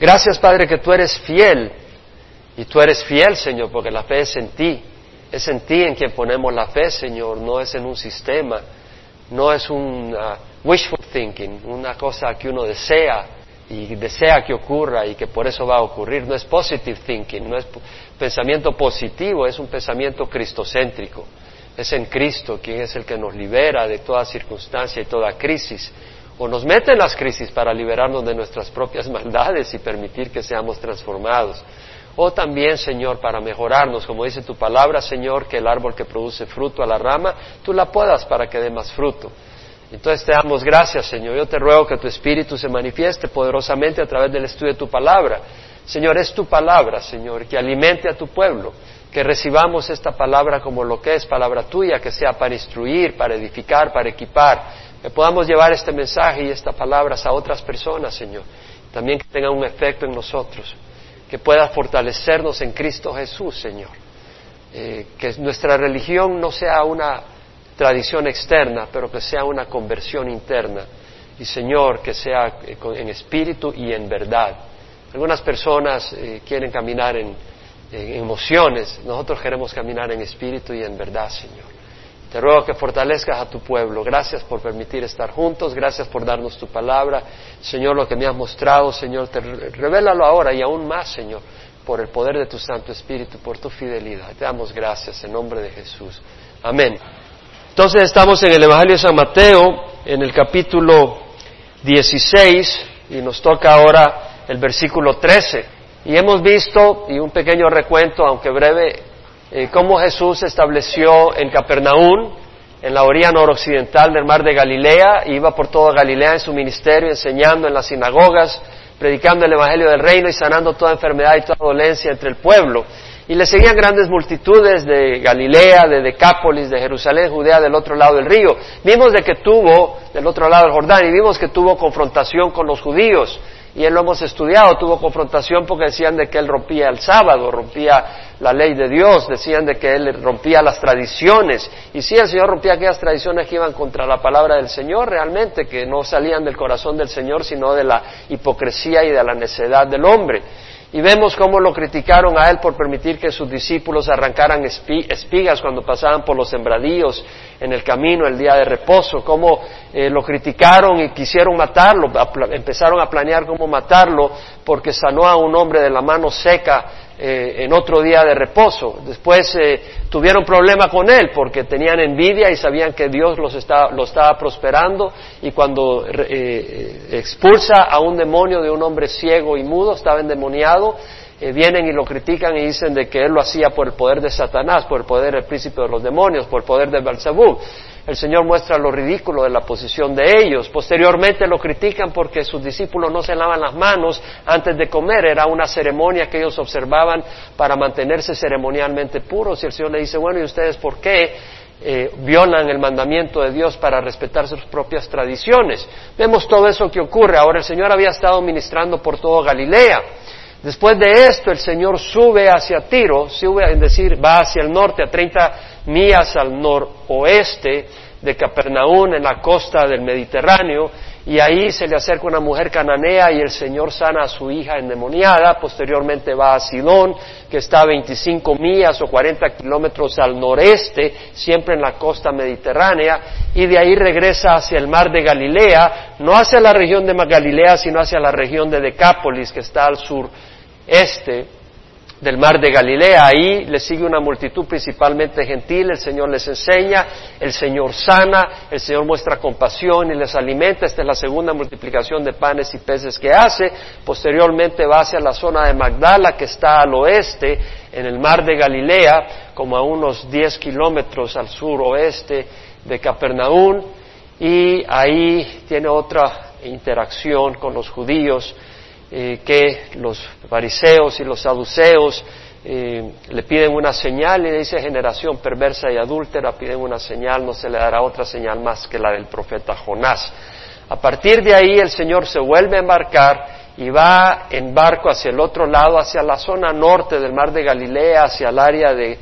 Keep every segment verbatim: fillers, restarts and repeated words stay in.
Gracias, Padre, que tú eres fiel, y tú eres fiel, Señor, porque la fe es en ti. Es en ti en quien ponemos la fe, Señor, no es en un sistema, no es un uh, wishful thinking, una cosa que uno desea y desea que ocurra y que por eso va a ocurrir. No es positive thinking, no es pensamiento positivo, es un pensamiento cristocéntrico. Es en Cristo quien es el que nos libera de toda circunstancia y toda crisis, o nos mete en las crisis para liberarnos de nuestras propias maldades y permitir que seamos transformados. O también, Señor, para mejorarnos, como dice tu palabra, Señor, que el árbol que produce fruto a la rama, tú la podas para que dé más fruto. Entonces te damos gracias, Señor. Yo te ruego que tu Espíritu se manifieste poderosamente a través del estudio de tu palabra. Señor, es tu palabra, Señor, que alimente a tu pueblo, que recibamos esta palabra como lo que es, palabra tuya, que sea para instruir, para edificar, para equipar, que podamos llevar este mensaje y estas palabras a otras personas, Señor, también que tengan un efecto en nosotros, que pueda fortalecernos en Cristo Jesús, Señor, eh, que nuestra religión no sea una tradición externa, pero que sea una conversión interna, y Señor, que sea en espíritu y en verdad. Algunas personas eh, quieren caminar en, en emociones, nosotros queremos caminar en espíritu y en verdad, Señor. Te ruego que fortalezcas a tu pueblo. Gracias por permitir estar juntos, gracias por darnos tu palabra. Señor, lo que me has mostrado, Señor, te revélalo ahora y aún más, Señor, por el poder de tu Santo Espíritu, por tu fidelidad. Te damos gracias en nombre de Jesús. Amén. Entonces estamos en el Evangelio de San Mateo, en el capítulo dieciséis, y nos toca ahora el versículo trece. Y hemos visto, y un pequeño recuento, aunque breve, Eh, cómo Jesús estableció en Capernaum, en la orilla noroccidental del mar de Galilea, y iba por toda Galilea en su ministerio, enseñando en las sinagogas, predicando el evangelio del reino y sanando toda enfermedad y toda dolencia entre el pueblo. Y le seguían grandes multitudes de Galilea, de Decápolis, de Jerusalén, Judea, del otro lado del río. Vimos de que tuvo, del otro lado del Jordán, y vimos que tuvo confrontación con los judíos. Y él lo hemos estudiado, tuvo confrontación porque decían de que él rompía el sábado, rompía la ley de Dios, decían de que él rompía las tradiciones. Y sí, el Señor rompía aquellas tradiciones que iban contra la palabra del Señor realmente, que no salían del corazón del Señor, sino de la hipocresía y de la necedad del hombre. Y vemos cómo lo criticaron a él por permitir que sus discípulos arrancaran espigas cuando pasaban por los sembradíos en el camino el día de reposo, cómo eh, lo criticaron y quisieron matarlo, empezaron a planear cómo matarlo porque sanó a un hombre de la mano seca eh, en otro día de reposo. Después eh, tuvieron problema con él porque tenían envidia y sabían que Dios los estaba, lo estaba prosperando, y cuando eh, expulsa a un demonio de un hombre ciego y mudo, estaba endemoniado, eh, vienen y lo critican y dicen de que él lo hacía por el poder de Satanás, por el poder del príncipe de los demonios, por el poder de Belzebú. El Señor muestra lo ridículo de la posición de ellos. Posteriormente lo critican porque sus discípulos no se lavan las manos antes de comer. Era una ceremonia que ellos observaban para mantenerse ceremonialmente puros. Y el Señor le dice, bueno, ¿y ustedes por qué eh, violan el mandamiento de Dios para respetar sus propias tradiciones? Vemos todo eso que ocurre. Ahora, el Señor había estado ministrando por toda Galilea. Después de esto, el Señor sube hacia Tiro, sube, es decir, va hacia el norte, a treinta millas al noroeste de Capernaum, en la costa del Mediterráneo, y ahí se le acerca una mujer cananea y el Señor sana a su hija endemoniada. Posteriormente va a Sidón, que está a veinticinco millas o cuarenta kilómetros al noreste, siempre en la costa mediterránea, y de ahí regresa hacia el mar de Galilea, no hacia la región de Galilea, sino hacia la región de Decápolis, que está al sur este del mar de Galilea. Ahí le sigue una multitud principalmente gentil, el Señor les enseña, el Señor sana, el Señor muestra compasión y les alimenta. Esta es la segunda multiplicación de panes y peces que hace. Posteriormente va hacia la zona de Magdala, que está al oeste, en el mar de Galilea, como a unos diez kilómetros al suroeste de Capernaum, y ahí tiene otra interacción con los judíos, Eh, que los fariseos y los saduceos eh, le piden una señal, y dice, generación perversa y adúltera, piden una señal, no se le dará otra señal más que la del profeta Jonás. A partir de ahí el Señor se vuelve a embarcar y va en barco hacia el otro lado, hacia la zona norte del mar de Galilea, hacia el área de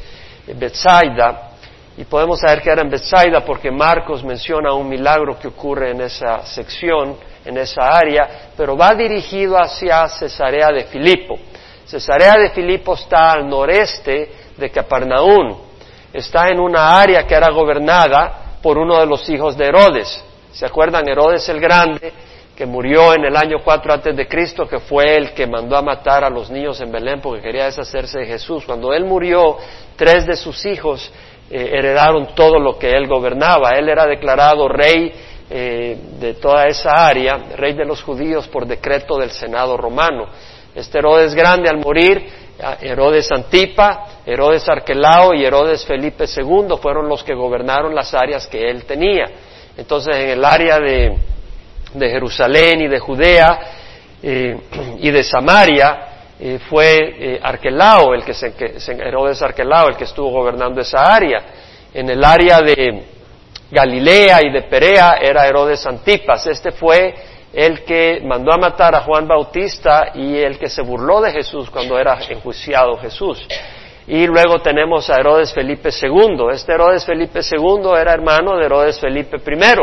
Betsaida, y podemos saber que era en Betsaida porque Marcos menciona un milagro que ocurre en esa sección, en esa área, pero va dirigido hacia Cesarea de Filipo. Cesarea de Filipo está al noreste de Capernaum, está en una área que era gobernada por uno de los hijos de Herodes. ¿Se acuerdan? Herodes el Grande, que murió en el año cuatro antes de Cristo, que fue el que mandó a matar a los niños en Belén porque quería deshacerse de Jesús. Cuando él murió, tres de sus hijos eh, heredaron todo lo que él gobernaba. Él era declarado rey eh, de toda esa área, rey de los judíos por decreto del Senado romano. Este Herodes Grande, al morir, Herodes Antipa, Herodes Arquelao y Herodes Felipe segundo fueron los que gobernaron las áreas que él tenía. Entonces, en el área de, de Jerusalén y de Judea eh, y de Samaria, eh, fue eh, Arquelao, el que se, que, Herodes Arquelao, el que estuvo gobernando esa área. En el área de Galilea y de Perea era Herodes Antipas. Este fue el que mandó a matar a Juan Bautista y el que se burló de Jesús cuando era enjuiciado Jesús. Y luego tenemos a Herodes Felipe segundo. Este Herodes Felipe segundo era hermano de Herodes Felipe primero.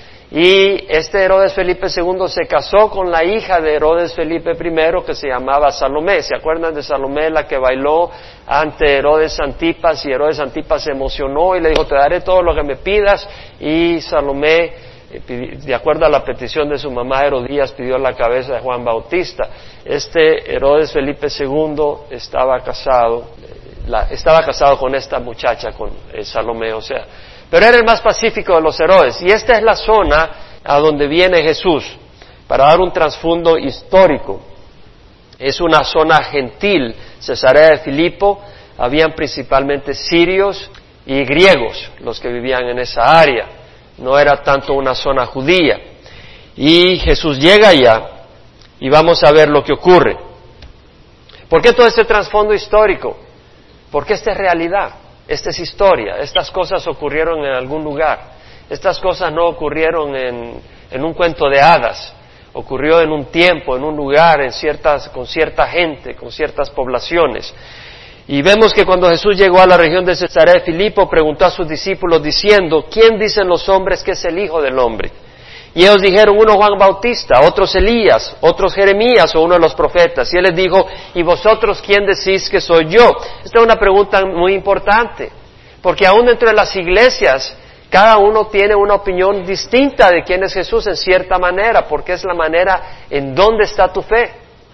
Y este Herodes Felipe segundo se casó con la hija de Herodes Felipe primero, que se llamaba Salomé. ¿Se acuerdan de Salomé, la que bailó ante Herodes Antipas? Y Herodes Antipas se emocionó y le dijo, te daré todo lo que me pidas. Y Salomé, de acuerdo a la petición de su mamá Herodías, pidió la cabeza de Juan Bautista. Este Herodes Felipe segundo estaba casado, la, estaba casado con esta muchacha, con eh, Salomé, o sea, pero era el más pacífico de los Herodes. Y esta es la zona a donde viene Jesús, para dar un trasfondo histórico. Es una zona gentil. Cesarea de Filipo, habían principalmente sirios y griegos los que vivían en esa área. No era tanto una zona judía. Y Jesús llega allá y vamos a ver lo que ocurre. ¿Por qué todo este trasfondo histórico? Porque esta es realidad, esta es historia, estas cosas ocurrieron en algún lugar. Estas cosas no ocurrieron en, en un cuento de hadas, ocurrió en un tiempo, en un lugar, en ciertas, con cierta gente, con ciertas poblaciones. Y vemos que cuando Jesús llegó a la región de Cesarea de Filipo, preguntó a sus discípulos diciendo, ¿quién dicen los hombres que es el Hijo del Hombre? Y ellos dijeron, uno Juan Bautista, otros Elías, otros Jeremías o uno de los profetas. Y él les dijo, ¿y vosotros quién decís que soy yo? Esta es una pregunta muy importante, porque aún dentro de las iglesias, cada uno tiene una opinión distinta de quién es Jesús en cierta manera, porque es la manera en dónde está tu fe.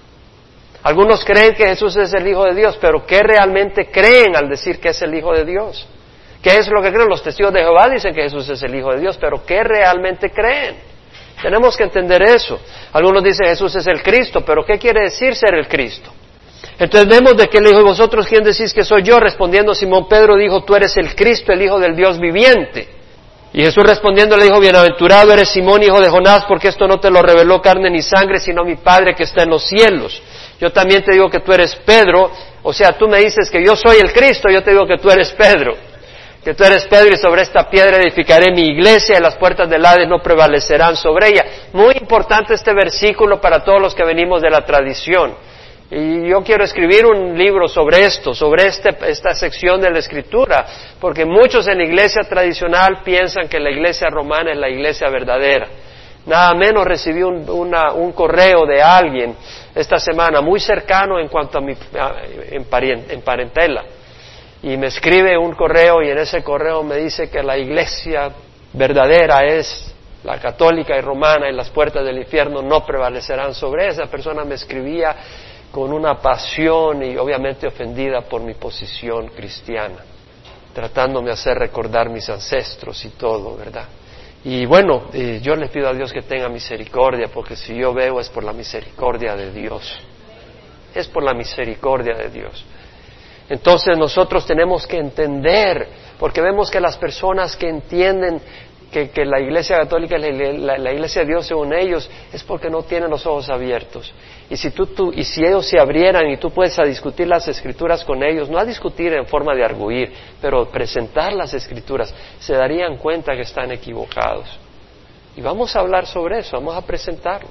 Algunos creen que Jesús es el Hijo de Dios, pero ¿qué realmente creen al decir que es el Hijo de Dios? ¿Qué es lo que creen? Los testigos de Jehová dicen que Jesús es el Hijo de Dios, pero ¿qué realmente creen? Tenemos que entender eso. Algunos dicen Jesús es el Cristo, pero ¿qué quiere decir ser el Cristo? Entonces vemos de que él dijo, ¿vosotros quién decís que soy yo? Respondiendo Simón Pedro dijo, tú eres el Cristo, el Hijo del Dios viviente. Y Jesús respondiendo le dijo, bienaventurado eres Simón, hijo de Jonás, porque esto no te lo reveló carne ni sangre, sino mi Padre que está en los cielos. Yo también te digo que tú eres Pedro, o sea, tú me dices que yo soy el Cristo, yo te digo que tú eres Pedro. Que tú eres Pedro y sobre esta piedra edificaré mi iglesia y las puertas del Hades no prevalecerán sobre ella. Muy importante este versículo para todos los que venimos de la tradición. Y yo quiero escribir un libro sobre esto, sobre este, esta sección de la Escritura, porque muchos en la iglesia tradicional piensan que la iglesia romana es la iglesia verdadera. Nada menos recibí un, una, un correo de alguien esta semana muy cercano en cuanto a mi a, en, parient, en parentela. Y me escribe un correo y en ese correo me dice que la iglesia verdadera es la católica y romana y las puertas del infierno no prevalecerán sobre esa. Persona me escribía con una pasión y obviamente ofendida por mi posición cristiana, tratándome de hacer recordar mis ancestros y todo, ¿verdad? Y bueno, eh, yo le pido a Dios que tenga misericordia, porque si yo veo es por la misericordia de Dios, es por la misericordia de Dios. Entonces nosotros tenemos que entender, porque vemos que las personas que entienden que, que la Iglesia Católica es la, la, la Iglesia de Dios según ellos, es porque no tienen los ojos abiertos. Y si tú, tú, y si ellos se abrieran y tú puedes a discutir las Escrituras con ellos, no a discutir en forma de arguir, pero presentar las Escrituras, se darían cuenta que están equivocados. Y vamos a hablar sobre eso, vamos a presentarlo.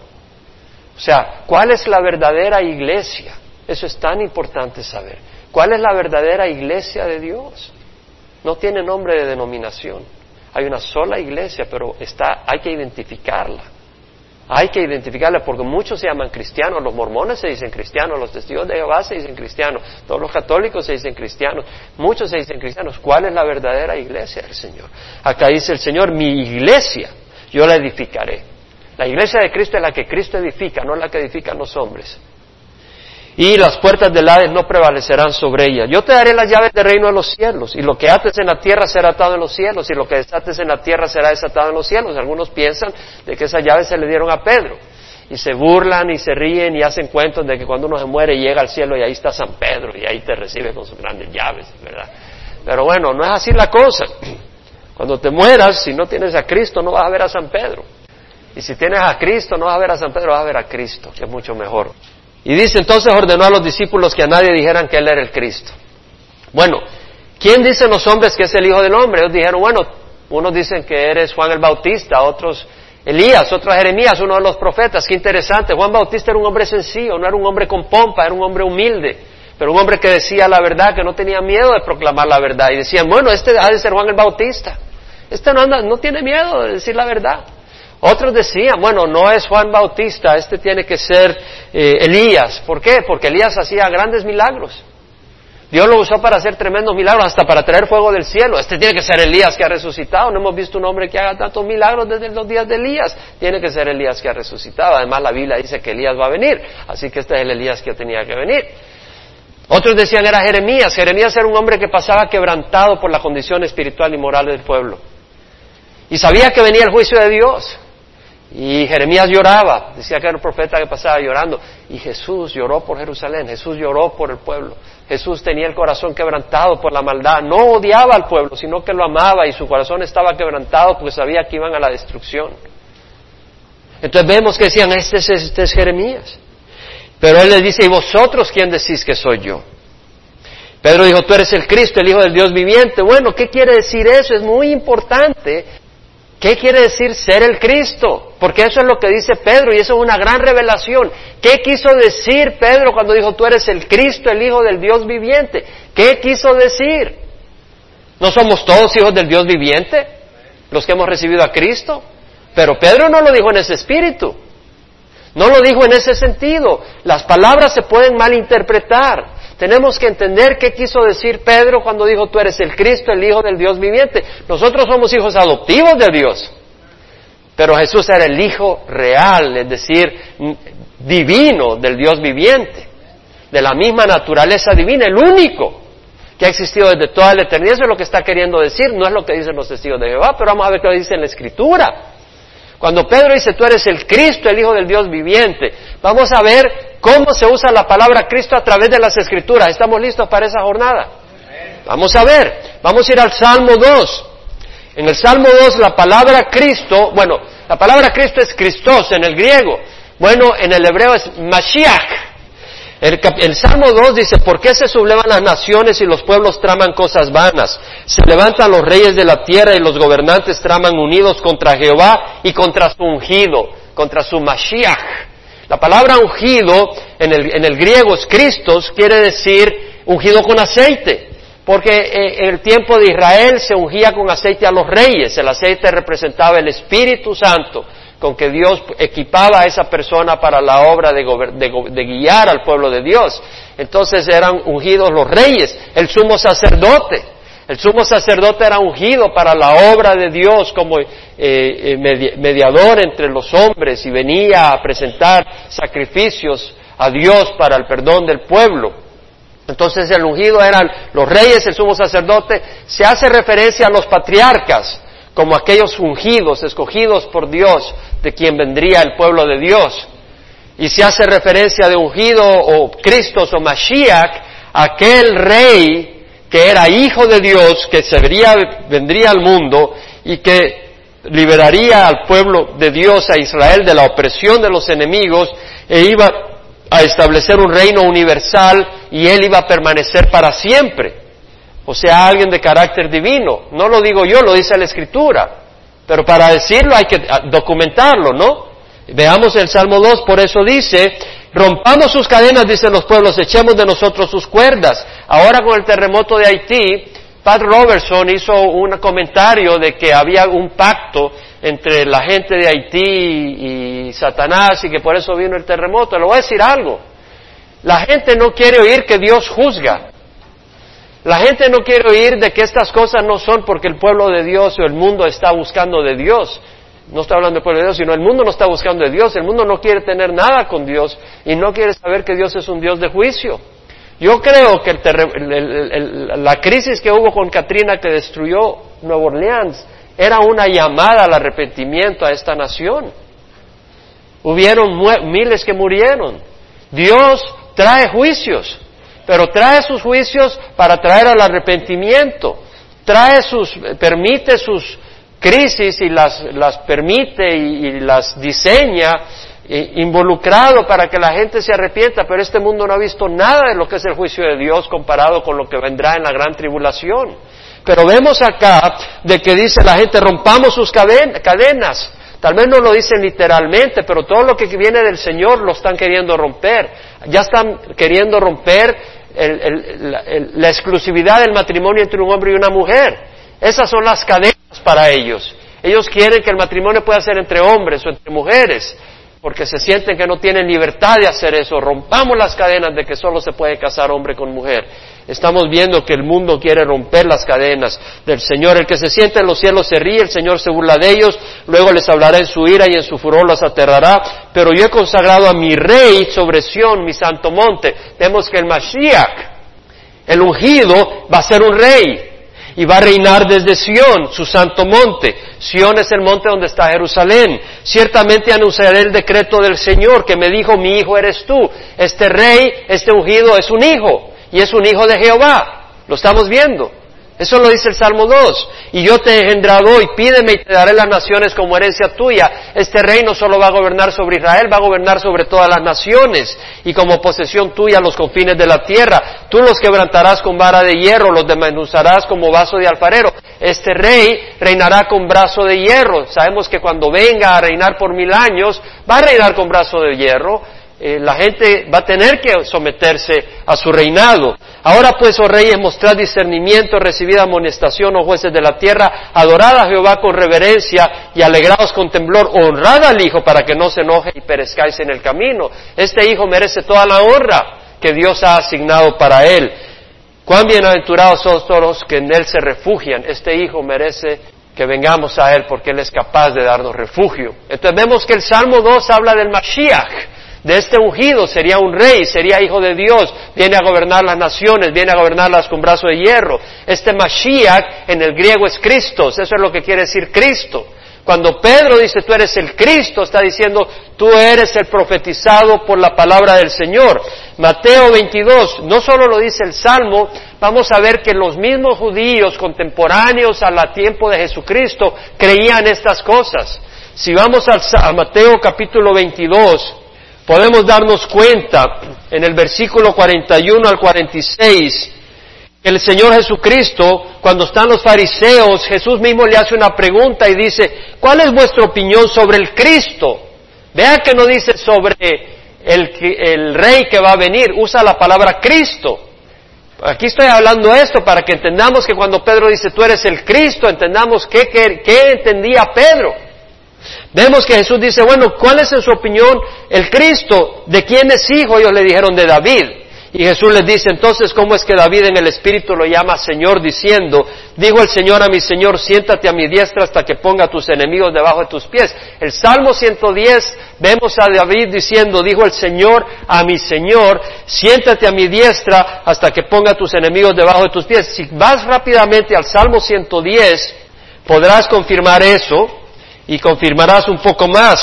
O sea, ¿cuál es la verdadera iglesia? Eso es tan importante saber. ¿Cuál es la verdadera iglesia de Dios? No tiene nombre de denominación. Hay una sola iglesia, pero está, hay que identificarla. Hay que identificarla porque muchos se llaman cristianos, los mormones se dicen cristianos, los testigos de Jehová se dicen cristianos, todos los católicos se dicen cristianos, muchos se dicen cristianos. ¿Cuál es la verdadera iglesia del Señor? Acá dice el Señor, mi iglesia, yo la edificaré. La iglesia de Cristo es la que Cristo edifica, no la que edifican los hombres. Y las puertas del Hades no prevalecerán sobre ella. Yo te daré las llaves del reino de los cielos, y lo que ates en la tierra será atado en los cielos, y lo que desates en la tierra será desatado en los cielos. Algunos piensan de que esas llaves se le dieron a Pedro, y se burlan y se ríen y hacen cuentos de que cuando uno se muere llega al cielo y ahí está San Pedro, y ahí te recibe con sus grandes llaves, ¿verdad? Pero bueno, no es así la cosa. Cuando te mueras, si no tienes a Cristo, no vas a ver a San Pedro. Y si tienes a Cristo, no vas a ver a San Pedro, vas a ver a Cristo, que es mucho mejor. Y dice, entonces ordenó a los discípulos que a nadie dijeran que Él era el Cristo. Bueno, ¿quién dicen los hombres que es el Hijo del Hombre? Ellos dijeron, bueno, unos dicen que eres Juan el Bautista, otros Elías, otros Jeremías, uno de los profetas. Qué interesante, Juan Bautista era un hombre sencillo, no era un hombre con pompa, era un hombre humilde, pero un hombre que decía la verdad, que no tenía miedo de proclamar la verdad. Y decían, bueno, este ha de ser Juan el Bautista, este no anda, no tiene miedo de decir la verdad. Otros decían, bueno, no es Juan Bautista, este tiene que ser eh, Elías. ¿Por qué? Porque Elías hacía grandes milagros. Dios lo usó para hacer tremendos milagros, hasta para traer fuego del cielo. Este tiene que ser Elías que ha resucitado. No hemos visto un hombre que haga tantos milagros desde los días de Elías. Tiene que ser Elías que ha resucitado. Además, la Biblia dice que Elías va a venir, así que este es el Elías que tenía que venir. Otros decían era Jeremías. Jeremías era un hombre que pasaba quebrantado por la condición espiritual y moral del pueblo. Y sabía que venía el juicio de Dios. Y Jeremías lloraba, decía que era un profeta que pasaba llorando. Y Jesús lloró por Jerusalén, Jesús lloró por el pueblo. Jesús tenía el corazón quebrantado por la maldad. No odiaba al pueblo, sino que lo amaba, y su corazón estaba quebrantado porque sabía que iban a la destrucción. Entonces vemos que decían, este es, este es Jeremías. Pero él les dice, ¿y vosotros quién decís que soy yo? Pedro dijo, tú eres el Cristo, el Hijo del Dios viviente. Bueno, ¿qué quiere decir eso? Es muy importante. ¿Qué quiere decir ser el Cristo? Porque eso es lo que dice Pedro, y eso es una gran revelación. ¿Qué quiso decir Pedro cuando dijo, tú eres el Cristo, el Hijo del Dios viviente? ¿Qué quiso decir? ¿No somos todos hijos del Dios viviente, los que hemos recibido a Cristo? Pero Pedro no lo dijo en ese espíritu. No lo dijo en ese sentido. Las palabras se pueden malinterpretar. Tenemos que entender qué quiso decir Pedro cuando dijo, tú eres el Cristo, el Hijo del Dios viviente. Nosotros somos hijos adoptivos de Dios, pero Jesús era el Hijo real, es decir, divino del Dios viviente, de la misma naturaleza divina, el único que ha existido desde toda la eternidad. Eso es lo que está queriendo decir, no es lo que dicen los testigos de Jehová, pero vamos a ver qué dice en la Escritura. Cuando Pedro dice, tú eres el Cristo, el Hijo del Dios viviente, vamos a ver cómo se usa la palabra Cristo a través de las Escrituras. ¿Estamos listos para esa jornada? Vamos a ver, vamos a ir al Salmo dos. En el Salmo dos la palabra Cristo, bueno, la palabra Cristo es Christos en el griego. Bueno, en el hebreo es Mashiach. El, el Salmo dos dice, ¿por qué se sublevan las naciones y los pueblos traman cosas vanas? Se levantan los reyes de la tierra y los gobernantes traman unidos contra Jehová y contra su ungido, contra su Mashiach. La palabra ungido en el, en el griego es Christos, quiere decir ungido con aceite, porque eh, en el tiempo de Israel se ungía con aceite a los reyes. El aceite representaba el Espíritu Santo, con que Dios equipaba a esa persona para la obra de, de, de guiar al pueblo de Dios. Entonces eran ungidos los reyes, el sumo sacerdote. El sumo sacerdote era ungido para la obra de Dios como eh, mediador entre los hombres, y venía a presentar sacrificios a Dios para el perdón del pueblo. Entonces el ungido eran los reyes, el sumo sacerdote. Se hace referencia a los patriarcas como aquellos ungidos, escogidos por Dios, de quien vendría el pueblo de Dios. Y se hace referencia de ungido o Cristos o Mashiach, aquel rey que era hijo de Dios, que se vería, vendría al mundo y que liberaría al pueblo de Dios, a Israel, de la opresión de los enemigos, e iba a establecer un reino universal, y él iba a permanecer para siempre. O sea, alguien de carácter divino. No lo digo yo, lo dice la Escritura. Pero para decirlo hay que documentarlo, ¿no? Veamos el Salmo dos, por eso dice, rompamos sus cadenas, dicen los pueblos, echemos de nosotros sus cuerdas. Ahora con el terremoto de Haití, Pat Robertson hizo un comentario de que había un pacto entre la gente de Haití y, y Satanás y que por eso vino el terremoto. Le voy a decir algo. La gente no quiere oír que Dios juzga. La gente no quiere oír de que estas cosas no son porque el pueblo de Dios o el mundo está buscando de Dios. No está hablando del pueblo de Dios, sino el mundo no está buscando de Dios. El mundo no quiere tener nada con Dios y no quiere saber que Dios es un Dios de juicio. Yo creo que el terre- el, el, el, la crisis que hubo con Katrina que destruyó Nueva Orleans era una llamada al arrepentimiento a esta nación. Hubieron mu- miles que murieron. Dios trae juicios, pero trae sus juicios para traer al arrepentimiento. Trae sus, permite sus crisis y las, las permite y, y las diseña eh, involucrado para que la gente se arrepienta, pero este mundo no ha visto nada de lo que es el juicio de Dios comparado con lo que vendrá en la gran tribulación. Pero vemos acá de que dice la gente, rompamos sus cadenas. Tal vez no lo dicen literalmente, pero todo lo que viene del Señor lo están queriendo romper. Ya están queriendo romper el, el, la, el, la exclusividad del matrimonio entre un hombre y una mujer. Esas son las cadenas para ellos. Ellos quieren que el matrimonio pueda ser entre hombres o entre mujeres, porque se sienten que no tienen libertad de hacer eso. Rompamos las cadenas de que solo se puede casar hombre con mujer. Estamos viendo que el mundo quiere romper las cadenas del Señor. El que se sienta en los cielos se ríe, el Señor se burla de ellos, luego les hablará en su ira y en su furor los aterrará. Pero yo he consagrado a mi rey sobre Sión, mi santo monte. Vemos que el Mashiach, el ungido, va a ser un rey. Y va a reinar desde Sión, su santo monte. Sión es el monte donde está Jerusalén. Ciertamente anunciaré el decreto del Señor, que me dijo, mi hijo eres tú. Este rey, este ungido es un hijo, y es un hijo de Jehová. Lo estamos viendo. Eso lo dice el Salmo dos. Y yo te he engendrado hoy, pídeme y te daré las naciones como herencia tuya. Este rey no solo va a gobernar sobre Israel, va a gobernar sobre todas las naciones, y como posesión tuya los confines de la tierra. Tú los quebrantarás con vara de hierro, los desmenuzarás como vaso de alfarero. Este rey reinará con brazo de hierro. Sabemos que cuando venga a reinar por mil años, va a reinar con brazo de hierro. Eh, la gente va a tener que someterse a su reinado. Ahora pues, oh reyes, mostrad discernimiento, recibid amonestación, oh jueces de la tierra, adorad a Jehová con reverencia y alegraos con temblor, honrad al Hijo para que no se enoje y perezcáis en el camino. Este Hijo merece toda la honra que Dios ha asignado para él. Cuán bienaventurados son todos los que en él se refugian. Este Hijo merece que vengamos a él porque él es capaz de darnos refugio. Entonces vemos que el Salmo dos habla del Mashiach, de este ungido. Sería un rey, sería hijo de Dios, viene a gobernar las naciones, viene a gobernarlas con brazo de hierro. Este Mashiach en el griego es Christos, eso es lo que quiere decir Cristo. Cuando Pedro dice tú eres el Cristo, está diciendo tú eres el profetizado por la palabra del Señor. Mateo veintidós, no solo lo dice el Salmo, vamos a ver que los mismos judíos contemporáneos al tiempo de Jesucristo creían estas cosas. Si vamos al, a Mateo capítulo veintidós, podemos darnos cuenta en el versículo cuarenta y uno al cuarenta y seis, que el Señor Jesucristo, cuando están los fariseos, Jesús mismo le hace una pregunta y dice, ¿cuál es vuestra opinión sobre el Cristo? Vea que no dice sobre el, el rey que va a venir, usa la palabra Cristo. Aquí estoy hablando esto para que entendamos que cuando Pedro dice tú eres el Cristo, entendamos qué, qué, qué entendía Pedro. Vemos que Jesús dice, bueno, ¿cuál es en su opinión el Cristo? ¿De quién es hijo? Ellos le dijeron de David. Y Jesús les dice, entonces, ¿cómo es que David en el Espíritu lo llama Señor diciendo, dijo el Señor a mi Señor, siéntate a mi diestra hasta que ponga a tus enemigos debajo de tus pies? El Salmo ciento diez, vemos a David diciendo, dijo el Señor a mi Señor, siéntate a mi diestra hasta que ponga a tus enemigos debajo de tus pies. Si vas rápidamente al Salmo ciento diez, podrás confirmar eso y confirmarás un poco más.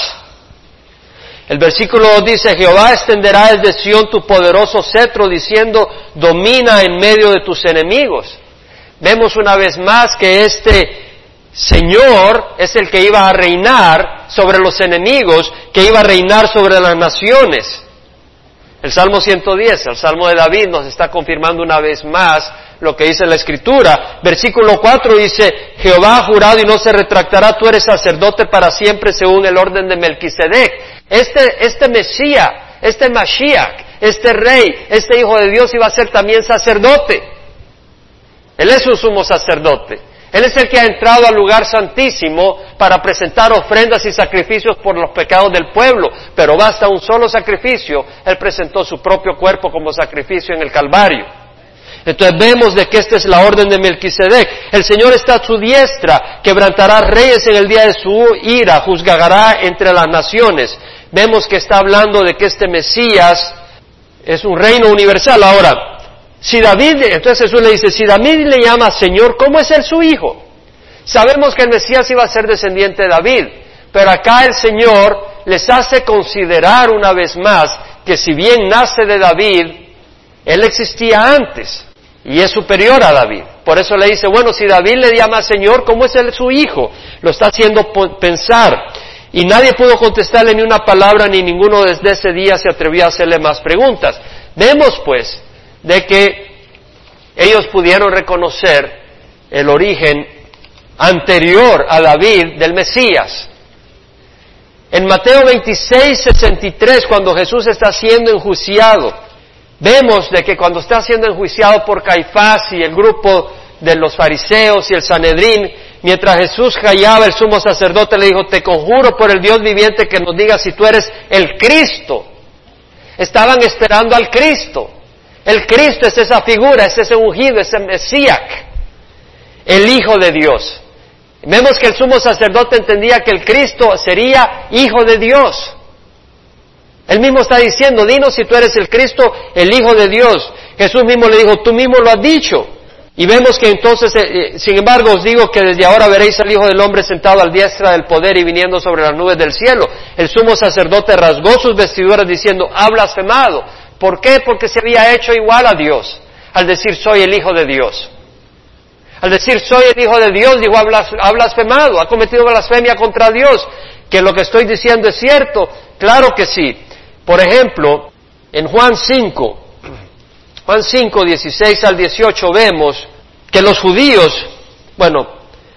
El versículo dos dice, Jehová extenderá desde Sión tu poderoso cetro, diciendo, domina en medio de tus enemigos. Vemos una vez más que este Señor es el que iba a reinar sobre los enemigos, que iba a reinar sobre las naciones. El Salmo ciento diez, el Salmo de David, nos está confirmando una vez más lo que dice la Escritura. Versículo cuatro dice, Jehová ha jurado y no se retractará, tú eres sacerdote para siempre según el orden de Melquisedec. Este, este Mesías, este Mashiach, este Rey, este Hijo de Dios iba a ser también sacerdote. Él es un sumo sacerdote. Él es el que ha entrado al lugar santísimo para presentar ofrendas y sacrificios por los pecados del pueblo, pero basta un solo sacrificio. Él presentó su propio cuerpo como sacrificio en el Calvario. Entonces vemos de que esta es la orden de Melquisedec. El Señor está a su diestra, quebrantará reyes en el día de su ira, juzgará entre las naciones. Vemos que está hablando de que este Mesías es un reino universal. Ahora, si David, entonces Jesús le dice, si David le llama Señor, ¿cómo es él su hijo? Sabemos que el Mesías iba a ser descendiente de David, pero acá el Señor les hace considerar una vez más que si bien nace de David, él existía antes y es superior a David. Por eso le dice, bueno, si David le llama Señor, ¿cómo es él su hijo? Lo está haciendo pensar. Y nadie pudo contestarle ni una palabra, ni ninguno desde ese día se atrevió a hacerle más preguntas. Vemos pues de que ellos pudieron reconocer el origen anterior a David del Mesías. En Mateo veintiséis, sesenta y tres, cuando Jesús está siendo enjuiciado, vemos de que cuando está siendo enjuiciado por Caifás y el grupo de los fariseos y el Sanedrín, mientras Jesús callaba, el sumo sacerdote le dijo, te conjuro por el Dios viviente que nos diga si tú eres el Cristo. Estaban esperando al Cristo. El Cristo es esa figura, es ese ungido, ese Mesías, el Hijo de Dios. Vemos que el sumo sacerdote entendía que el Cristo sería Hijo de Dios. Él mismo está diciendo, dinos si tú eres el Cristo, el Hijo de Dios. Jesús mismo le dijo, tú mismo lo has dicho. Y vemos que entonces, eh, sin embargo, os digo que desde ahora veréis al Hijo del Hombre sentado al diestra del poder y viniendo sobre las nubes del cielo. El sumo sacerdote rasgó sus vestiduras diciendo, ha blasfemado. ¿Por qué? Porque se había hecho igual a Dios, al decir soy el Hijo de Dios. Al decir soy el Hijo de Dios, dijo, ha blasfemado, ha cometido blasfemia contra Dios. Que lo que estoy diciendo es cierto, claro que sí. Por ejemplo, en Juan cinco, Juan cinco, dieciséis al dieciocho, vemos que los judíos, bueno,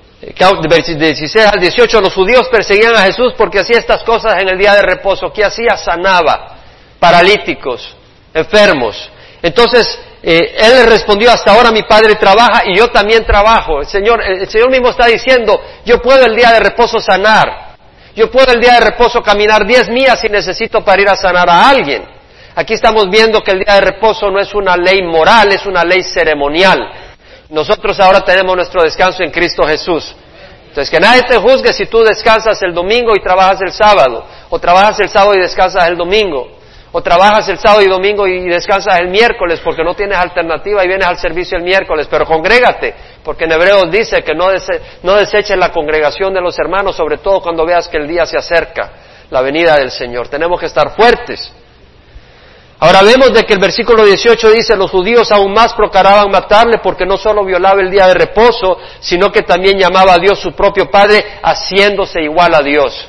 de dieciséis al dieciocho, los judíos perseguían a Jesús porque hacía estas cosas en el día de reposo. ¿Qué hacía? Sanaba paralíticos, enfermos. Entonces, eh, él le respondió, hasta ahora mi Padre trabaja y yo también trabajo. El Señor, el Señor mismo está diciendo, yo puedo el día de reposo sanar. Yo puedo el día de reposo caminar diez millas si necesito para ir a sanar a alguien. Aquí estamos viendo que el día de reposo no es una ley moral, es una ley ceremonial. Nosotros ahora tenemos nuestro descanso en Cristo Jesús. Entonces, que nadie te juzgue si tú descansas el domingo y trabajas el sábado, o trabajas el sábado y descansas el domingo, o trabajas el sábado y domingo y descansas el miércoles porque no tienes alternativa y vienes al servicio el miércoles, pero congrégate, porque en Hebreos dice que no, dese, no deseches la congregación de los hermanos, sobre todo cuando veas que el día se acerca, la venida del Señor. Tenemos que estar fuertes. Ahora vemos de que el versículo dieciocho dice, los judíos aún más procuraban matarle porque no solo violaba el día de reposo, sino que también llamaba a Dios su propio Padre, haciéndose igual a Dios.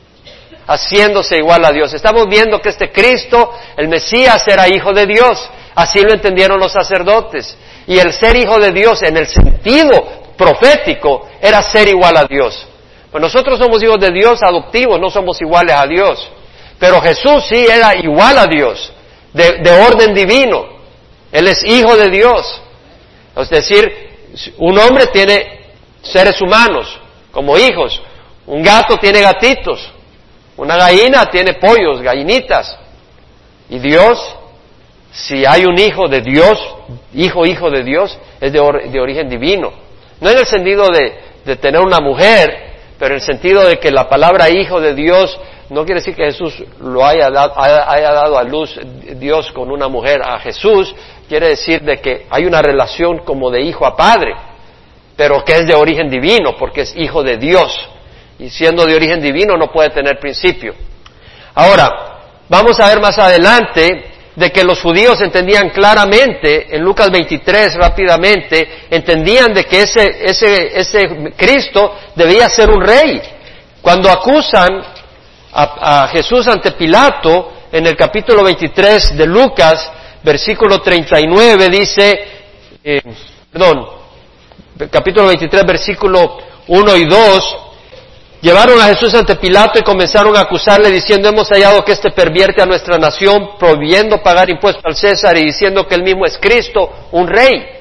Haciéndose igual a Dios. Estamos viendo que este Cristo, el Mesías, era hijo de Dios. Así lo entendieron los sacerdotes. Y el ser hijo de Dios, en el sentido profético, era ser igual a Dios. Pues nosotros somos hijos de Dios adoptivos, no somos iguales a Dios. Pero Jesús sí era igual a Dios, de, de orden divino. Él es hijo de Dios. Es decir, un hombre tiene seres humanos como hijos. Un gato tiene gatitos. Una gallina tiene pollos, gallinitas. Y Dios, si hay un hijo de Dios, hijo, hijo de Dios, es de, or, de origen divino. No en el sentido de, de tener una mujer, pero en el sentido de que la palabra hijo de Dios no quiere decir que Jesús lo haya dado, haya dado a luz Dios con una mujer a Jesús. Quiere decir de que hay una relación como de hijo a padre, pero que es de origen divino, porque es hijo de Dios. Y siendo de origen divino no puede tener principio. Ahora, vamos a ver más adelante de que los judíos entendían claramente, en Lucas veintitrés rápidamente, entendían de que ese, ese, ese Cristo debía ser un rey. Cuando acusan a, a Jesús ante Pilato, en el capítulo veintitrés de Lucas, versículo treinta y nueve, dice, eh, perdón, capítulo veintitrés, versículo uno y dos, llevaron a Jesús ante Pilato y comenzaron a acusarle diciendo, hemos hallado que éste pervierte a nuestra nación, prohibiendo pagar impuestos al César y diciendo que él mismo es Cristo, un rey.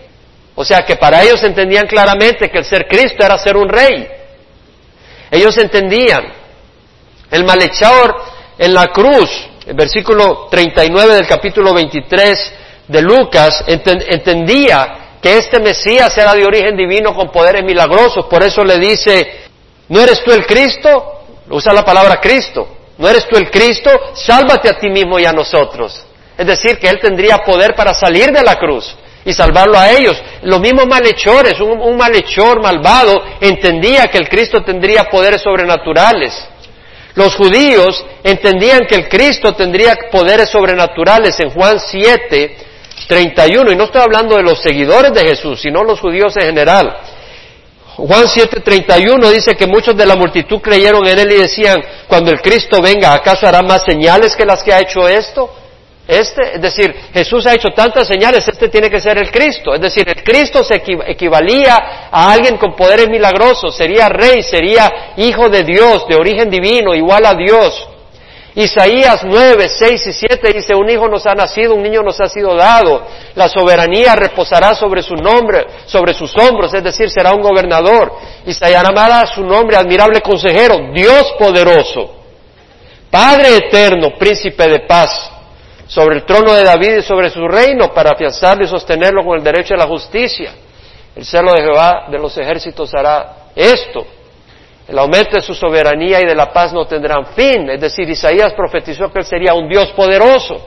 O sea que para ellos entendían claramente que el ser Cristo era ser un rey. Ellos entendían. El malhechor en la cruz, el versículo treinta y nueve del capítulo veintitrés de Lucas, ent- entendía que este Mesías era de origen divino con poderes milagrosos. Por eso le dice, ¿no eres tú el Cristo? Usa la palabra Cristo. ¿No eres tú el Cristo? Sálvate a ti mismo y a nosotros. Es decir, que Él tendría poder para salir de la cruz y salvarlo a ellos. Los mismos malhechores, un, un malhechor malvado entendía que el Cristo tendría poderes sobrenaturales. Los judíos entendían que el Cristo tendría poderes sobrenaturales en Juan siete, treinta y uno, y no estoy hablando de los seguidores de Jesús, sino los judíos en general. Juan siete, treinta y uno dice que muchos de la multitud creyeron en Él y decían, cuando el Cristo venga, ¿acaso hará más señales que las que ha hecho esto? Este, es decir, Jesús ha hecho tantas señales, este tiene que ser el Cristo. Es decir, el Cristo se equivalía a alguien con poderes milagrosos, sería rey, sería hijo de Dios, de origen divino, igual a Dios. Isaías nueve, seis y siete dice, un hijo nos ha nacido, un niño nos ha sido dado, la soberanía reposará sobre su nombre, sobre sus hombros, es decir, será un gobernador, y se llamará su nombre admirable consejero, Dios poderoso, Padre eterno, príncipe de paz. Sobre el trono de David y sobre su reino, para afianzarlo y sostenerlo con el derecho de la justicia. El celo de Jehová de los ejércitos hará esto. El aumento de su soberanía y de la paz no tendrán fin. Es decir, Isaías profetizó que él sería un Dios poderoso.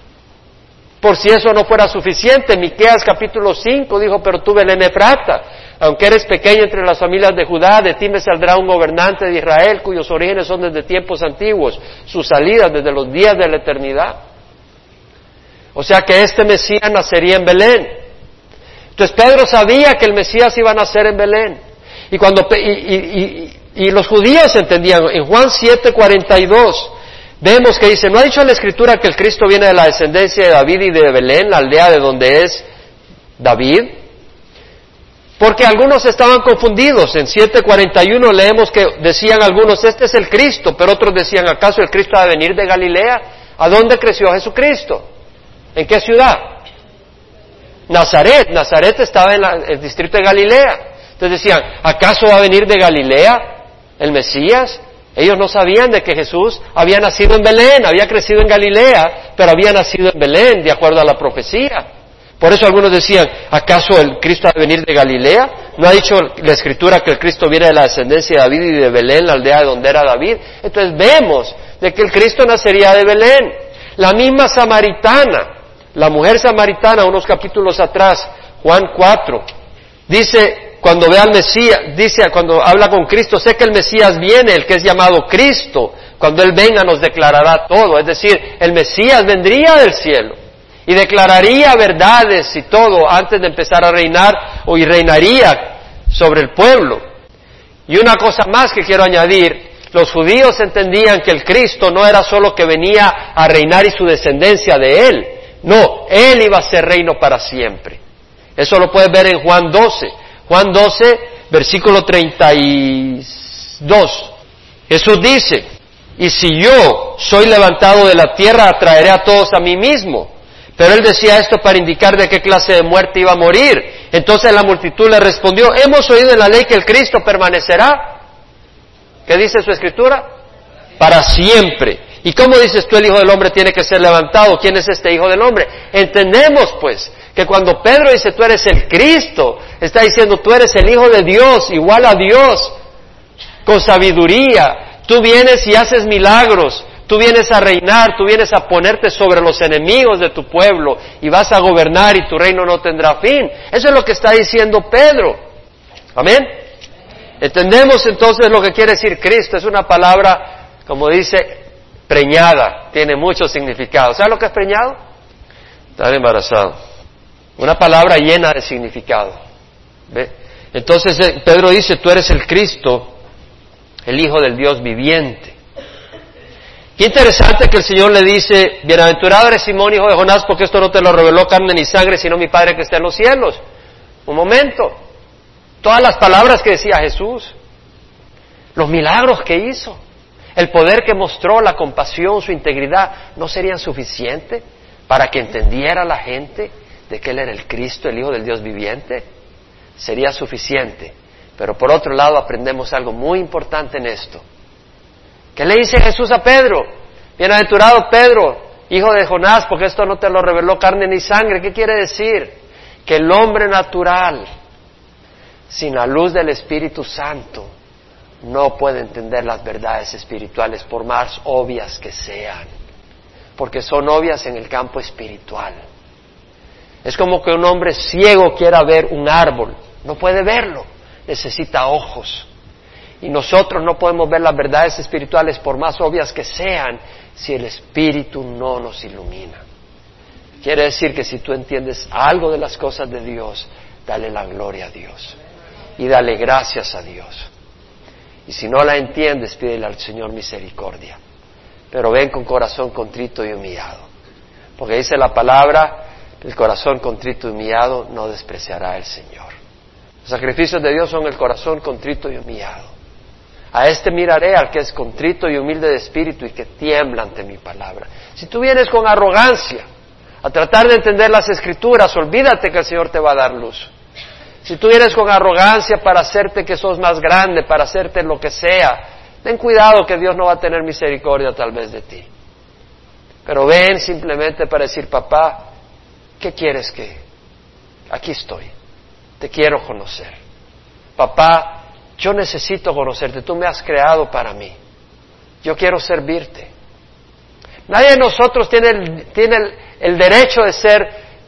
Por si eso no fuera suficiente, Miqueas capítulo cinco dijo, pero tú Belén Efrata, aunque eres pequeño entre las familias de Judá, de ti me saldrá un gobernante de Israel, cuyos orígenes son desde tiempos antiguos, sus salidas desde los días de la eternidad. O sea que este Mesías nacería en Belén. Entonces Pedro sabía que el Mesías iba a nacer en Belén. Y cuando y, y, y, y los judíos entendían, en Juan siete, cuarenta y dos, vemos que dice, ¿no ha dicho la Escritura que el Cristo viene de la descendencia de David y de Belén, la aldea de donde es David? Porque algunos estaban confundidos. En siete cuarenta y uno leemos que decían algunos, este es el Cristo, pero otros decían, ¿acaso el Cristo ha de venir de Galilea? ¿A dónde creció Jesucristo? ¿En qué ciudad? Nazaret. Nazaret estaba en la, el distrito de Galilea. Entonces decían, ¿acaso va a venir de Galilea el Mesías? Ellos no sabían de que Jesús había nacido en Belén, había crecido en Galilea, pero había nacido en Belén, de acuerdo a la profecía. Por eso algunos decían, ¿acaso el Cristo ha de venir de Galilea? ¿No ha dicho la Escritura que el Cristo viene de la descendencia de David y de Belén, la aldea de donde era David? Entonces vemos de que el Cristo nacería de Belén. La misma samaritana, la mujer samaritana, unos capítulos atrás, Juan cuatro, dice, cuando ve al Mesías, dice, cuando habla con Cristo, sé que el Mesías viene, el que es llamado Cristo, cuando Él venga nos declarará todo, es decir, el Mesías vendría del cielo y declararía verdades y todo antes de empezar a reinar, o y reinaría sobre el pueblo. Y una cosa más que quiero añadir, los judíos entendían que el Cristo no era solo que venía a reinar y su descendencia de Él, no, Él iba a ser reino para siempre. Eso lo puedes ver en Juan doce. Juan doce, versículo treinta y dos. Jesús dice, y si yo soy levantado de la tierra, atraeré a todos a mí mismo. Pero Él decía esto para indicar de qué clase de muerte iba a morir. Entonces la multitud le respondió, hemos oído en la ley que el Cristo permanecerá. ¿Qué dice su Escritura? Para siempre. ¿Y cómo dices tú el Hijo del Hombre tiene que ser levantado? ¿Quién es este Hijo del Hombre? Entendemos pues que cuando Pedro dice tú eres el Cristo, está diciendo tú eres el Hijo de Dios, igual a Dios, con sabiduría. Tú vienes y haces milagros, tú vienes a reinar, tú vienes a ponerte sobre los enemigos de tu pueblo y vas a gobernar y tu reino no tendrá fin. Eso es lo que está diciendo Pedro. Amén. Entendemos entonces lo que quiere decir Cristo. Es una palabra, como dice, preñada, tiene mucho significado. ¿Sabes lo que es preñado? Estar embarazado. Una palabra llena de significado. ¿Ve? Entonces Pedro dice, tú eres el Cristo, el Hijo del Dios viviente. Qué interesante que el Señor le dice, bienaventurado eres Simón, hijo de Jonás, porque esto no te lo reveló carne ni sangre, sino mi Padre que está en los cielos. Un momento. Todas las palabras que decía Jesús, los milagros que hizo, el poder que mostró, la compasión, su integridad, ¿no serían suficientes para que entendiera la gente de que Él era el Cristo, el Hijo del Dios viviente? sería suficiente. Pero por otro lado aprendemos algo muy importante en esto. ¿Qué le dice Jesús a Pedro? Bienaventurado Pedro, hijo de Jonás, porque esto no te lo reveló carne ni sangre. ¿Qué quiere decir? Que el hombre natural, sin la luz del Espíritu Santo, no puede entender las verdades espirituales, por más obvias que sean, porque son obvias en el campo espiritual. Es como que un hombre ciego quiera ver un árbol, no puede verlo, necesita ojos. Y nosotros no podemos ver las verdades espirituales, por más obvias que sean, si el Espíritu no nos ilumina. Quiere decir que si tú entiendes algo de las cosas de Dios, dale la gloria a Dios y dale gracias a Dios. Y si no la entiendes, pídele al Señor misericordia. Pero ven con corazón contrito y humillado. Porque dice la palabra, el corazón contrito y humillado no despreciará el Señor. Los sacrificios de Dios son el corazón contrito y humillado. A este miraré, al que es contrito y humilde de espíritu y que tiembla ante mi palabra. Si tú vienes con arrogancia a tratar de entender las Escrituras, olvídate que el Señor te va a dar luz. Si tú vienes con arrogancia para hacerte que sos más grande, para hacerte lo que sea, ten cuidado que Dios no va a tener misericordia tal vez de ti. Pero ven simplemente para decir, papá, ¿qué quieres que? Aquí estoy, te quiero conocer. Papá, yo necesito conocerte, tú me has creado para mí, yo quiero servirte. Nadie de nosotros tiene el, tiene el, el derecho de ser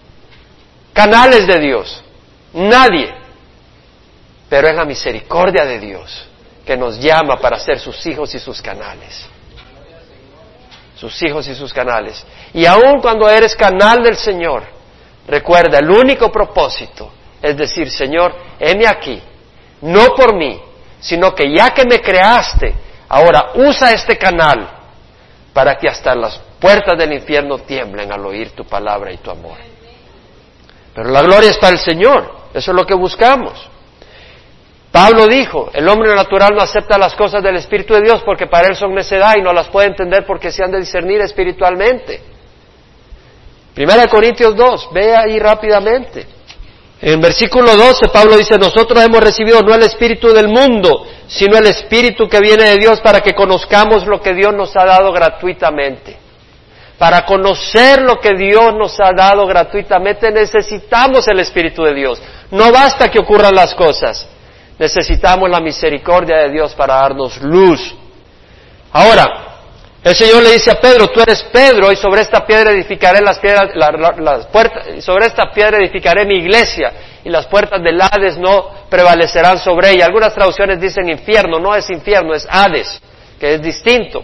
canales de Dios, nadie, pero es la misericordia de Dios que nos llama para ser sus hijos y sus canales, sus hijos y sus canales. Y aun cuando eres canal del Señor, recuerda, el único propósito es decir, Señor, heme aquí, no por mí, sino que ya que me creaste, ahora usa este canal para que hasta las puertas del infierno tiemblen al oír tu palabra y tu amor. Pero la gloria es para el Señor, eso es lo que buscamos. Pablo dijo, el hombre natural no acepta las cosas del Espíritu de Dios porque para él son necedad y no las puede entender porque se han de discernir espiritualmente. Primera de Corintios dos, ve ahí rápidamente. En versículo doce, Pablo dice, nosotros hemos recibido no el espíritu del mundo, sino el espíritu que viene de Dios para que conozcamos lo que Dios nos ha dado gratuitamente. Para conocer lo que Dios nos ha dado gratuitamente necesitamos el Espíritu de Dios. No basta que ocurran las cosas, necesitamos la misericordia de Dios para darnos luz. Ahora, el Señor le dice a Pedro, tú eres Pedro y sobre esta piedra edificaré las piedras, la, la, las puertas, y sobre esta piedra edificaré mi iglesia y las puertas del Hades no prevalecerán sobre ella. Algunas traducciones dicen infierno, no es infierno, es Hades, que es distinto.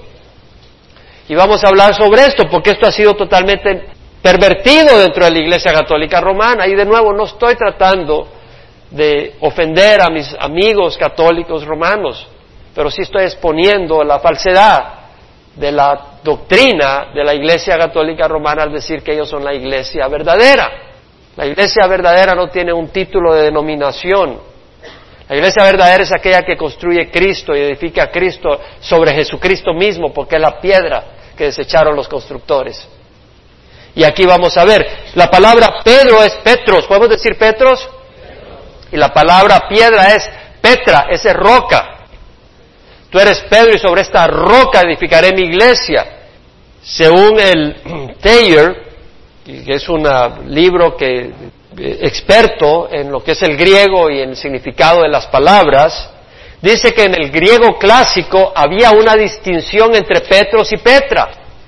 Y vamos a hablar sobre esto porque esto ha sido totalmente pervertido dentro de la Iglesia Católica Romana. Y de nuevo no estoy tratando de ofender a mis amigos católicos romanos, pero sí estoy exponiendo la falsedad de la doctrina de la Iglesia Católica Romana al decir que ellos son la Iglesia verdadera. La Iglesia verdadera no tiene un título de denominación. La Iglesia verdadera es aquella que construye Cristo y edifica a Cristo sobre Jesucristo mismo, porque es la piedra que desecharon los constructores. Y aquí vamos a ver, la palabra Pedro es Petros, ¿podemos decir Petros? Y la palabra piedra es Petra, esa es roca. Tú eres Pedro y sobre esta roca edificaré mi iglesia. Según el Thayer, que es un libro que experto en lo que es el griego y en el significado de las palabras, dice que en el griego clásico había una distinción entre Petros y Petra.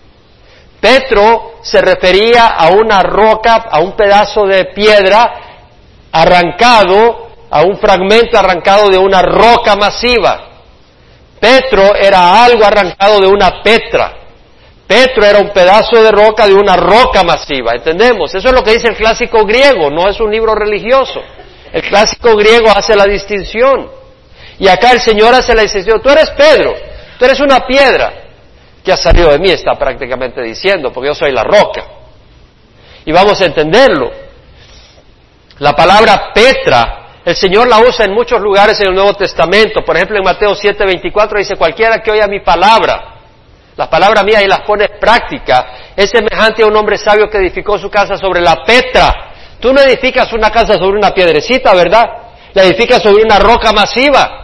Petro se refería a una roca, a un pedazo de piedra arrancado, a un fragmento arrancado de una roca masiva. Petro era algo arrancado de una petra. Petro era un pedazo de roca de una roca masiva, ¿entendemos? Eso es lo que dice el clásico griego, no es un libro religioso. El clásico griego hace la distinción. Y acá el Señor hace la distinción. Tú eres Pedro, tú eres una piedra que ha salido de mí, está prácticamente diciendo, porque yo soy la roca. Y vamos a entenderlo. La palabra Petra, el Señor la usa en muchos lugares en el Nuevo Testamento. Por ejemplo, en Mateo siete veinticuatro dice, cualquiera que oiga mi palabra, la palabra mía y las pone en práctica, es semejante a un hombre sabio que edificó su casa sobre la Petra. Tú no edificas una casa sobre una piedrecita, ¿verdad? La edifica sobre una roca masiva.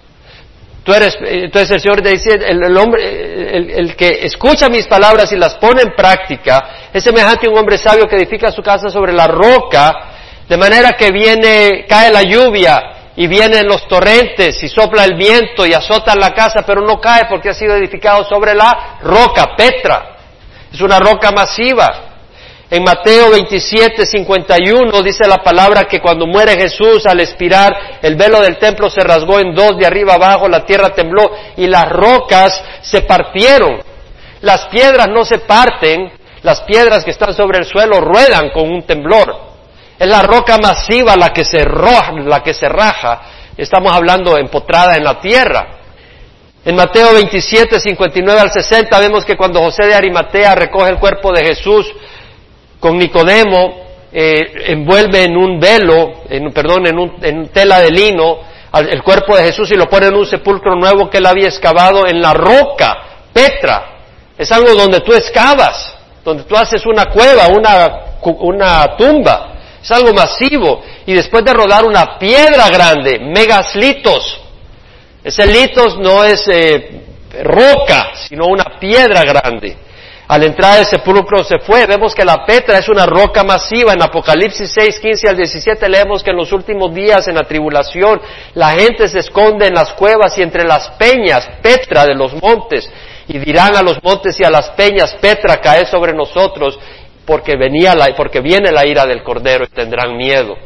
Tú eres, entonces el Señor te dice, el, el hombre, el, el que escucha mis palabras y las pone en práctica, es semejante a un hombre sabio que edifica su casa sobre la roca, de manera que viene, cae la lluvia, y vienen los torrentes, y sopla el viento, y azotan la casa, pero no cae porque ha sido edificado sobre la roca, Petra. Es una roca masiva. En Mateo veintisiete, cincuenta y uno dice la palabra que cuando muere Jesús, al expirar, el velo del templo se rasgó en dos, de arriba abajo, la tierra tembló y las rocas se partieron. Las piedras no se parten, las piedras que están sobre el suelo ruedan con un temblor. Es la roca masiva la que se roja, la que se raja. Estamos hablando empotrada en la tierra. En Mateo veintisiete, cincuenta y nueve al sesenta vemos que cuando José de Arimatea recoge el cuerpo de Jesús, con Nicodemo, eh, envuelve en un velo, en, perdón, en, un, en tela de lino, al, el cuerpo de Jesús y lo pone en un sepulcro nuevo que él había excavado en la roca, Petra. Es algo donde tú excavas, donde tú haces una cueva, una, una tumba. Es algo masivo. Y después de rodar una piedra grande, megaslitos. Ese litos no es eh, roca, sino una piedra grande. Al entrar al sepulcro se fue. Vemos que la Petra es una roca masiva. En Apocalipsis seis, quince al diecisiete leemos que en los últimos días, en la tribulación, la gente se esconde en las cuevas y entre las peñas, Petra de los montes, y dirán a los montes y a las peñas, Petra, cae sobre nosotros, porque venía la, porque viene la ira del Cordero y tendrán miedo.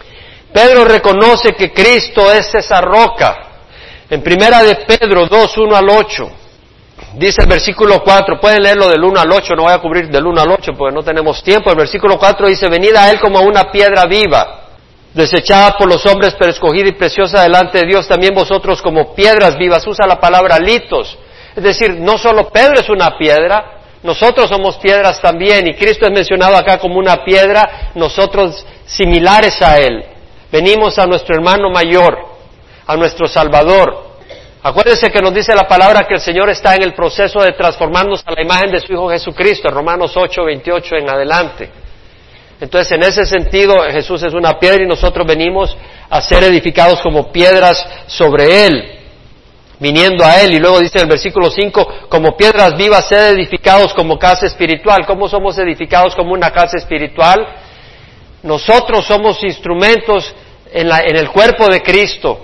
Pedro reconoce que Cristo es esa roca. En primera de Pedro dos, uno al ocho. Dice el versículo cuatro, pueden leerlo del uno al ocho, no voy a cubrir del uno al ocho porque no tenemos tiempo. El versículo cuatro dice, venid a él como a una piedra viva, desechada por los hombres, pero escogida y preciosa delante de Dios, también vosotros como piedras vivas. Usa la palabra litos, es decir, no solo Pedro es una piedra, nosotros somos piedras también, y Cristo es mencionado acá como una piedra, nosotros similares a él. Venimos a nuestro hermano mayor, a nuestro Salvador. Acuérdense que nos dice la palabra que el Señor está en el proceso de transformarnos a la imagen de su Hijo Jesucristo, en Romanos ocho, veintiocho en adelante. Entonces, en ese sentido, Jesús es una piedra y nosotros venimos a ser edificados como piedras sobre Él, viniendo a Él. Y luego dice en el versículo cinco, como piedras vivas, sed edificados como casa espiritual. ¿Cómo somos edificados como una casa espiritual? Nosotros somos instrumentos en, la, en el cuerpo de Cristo.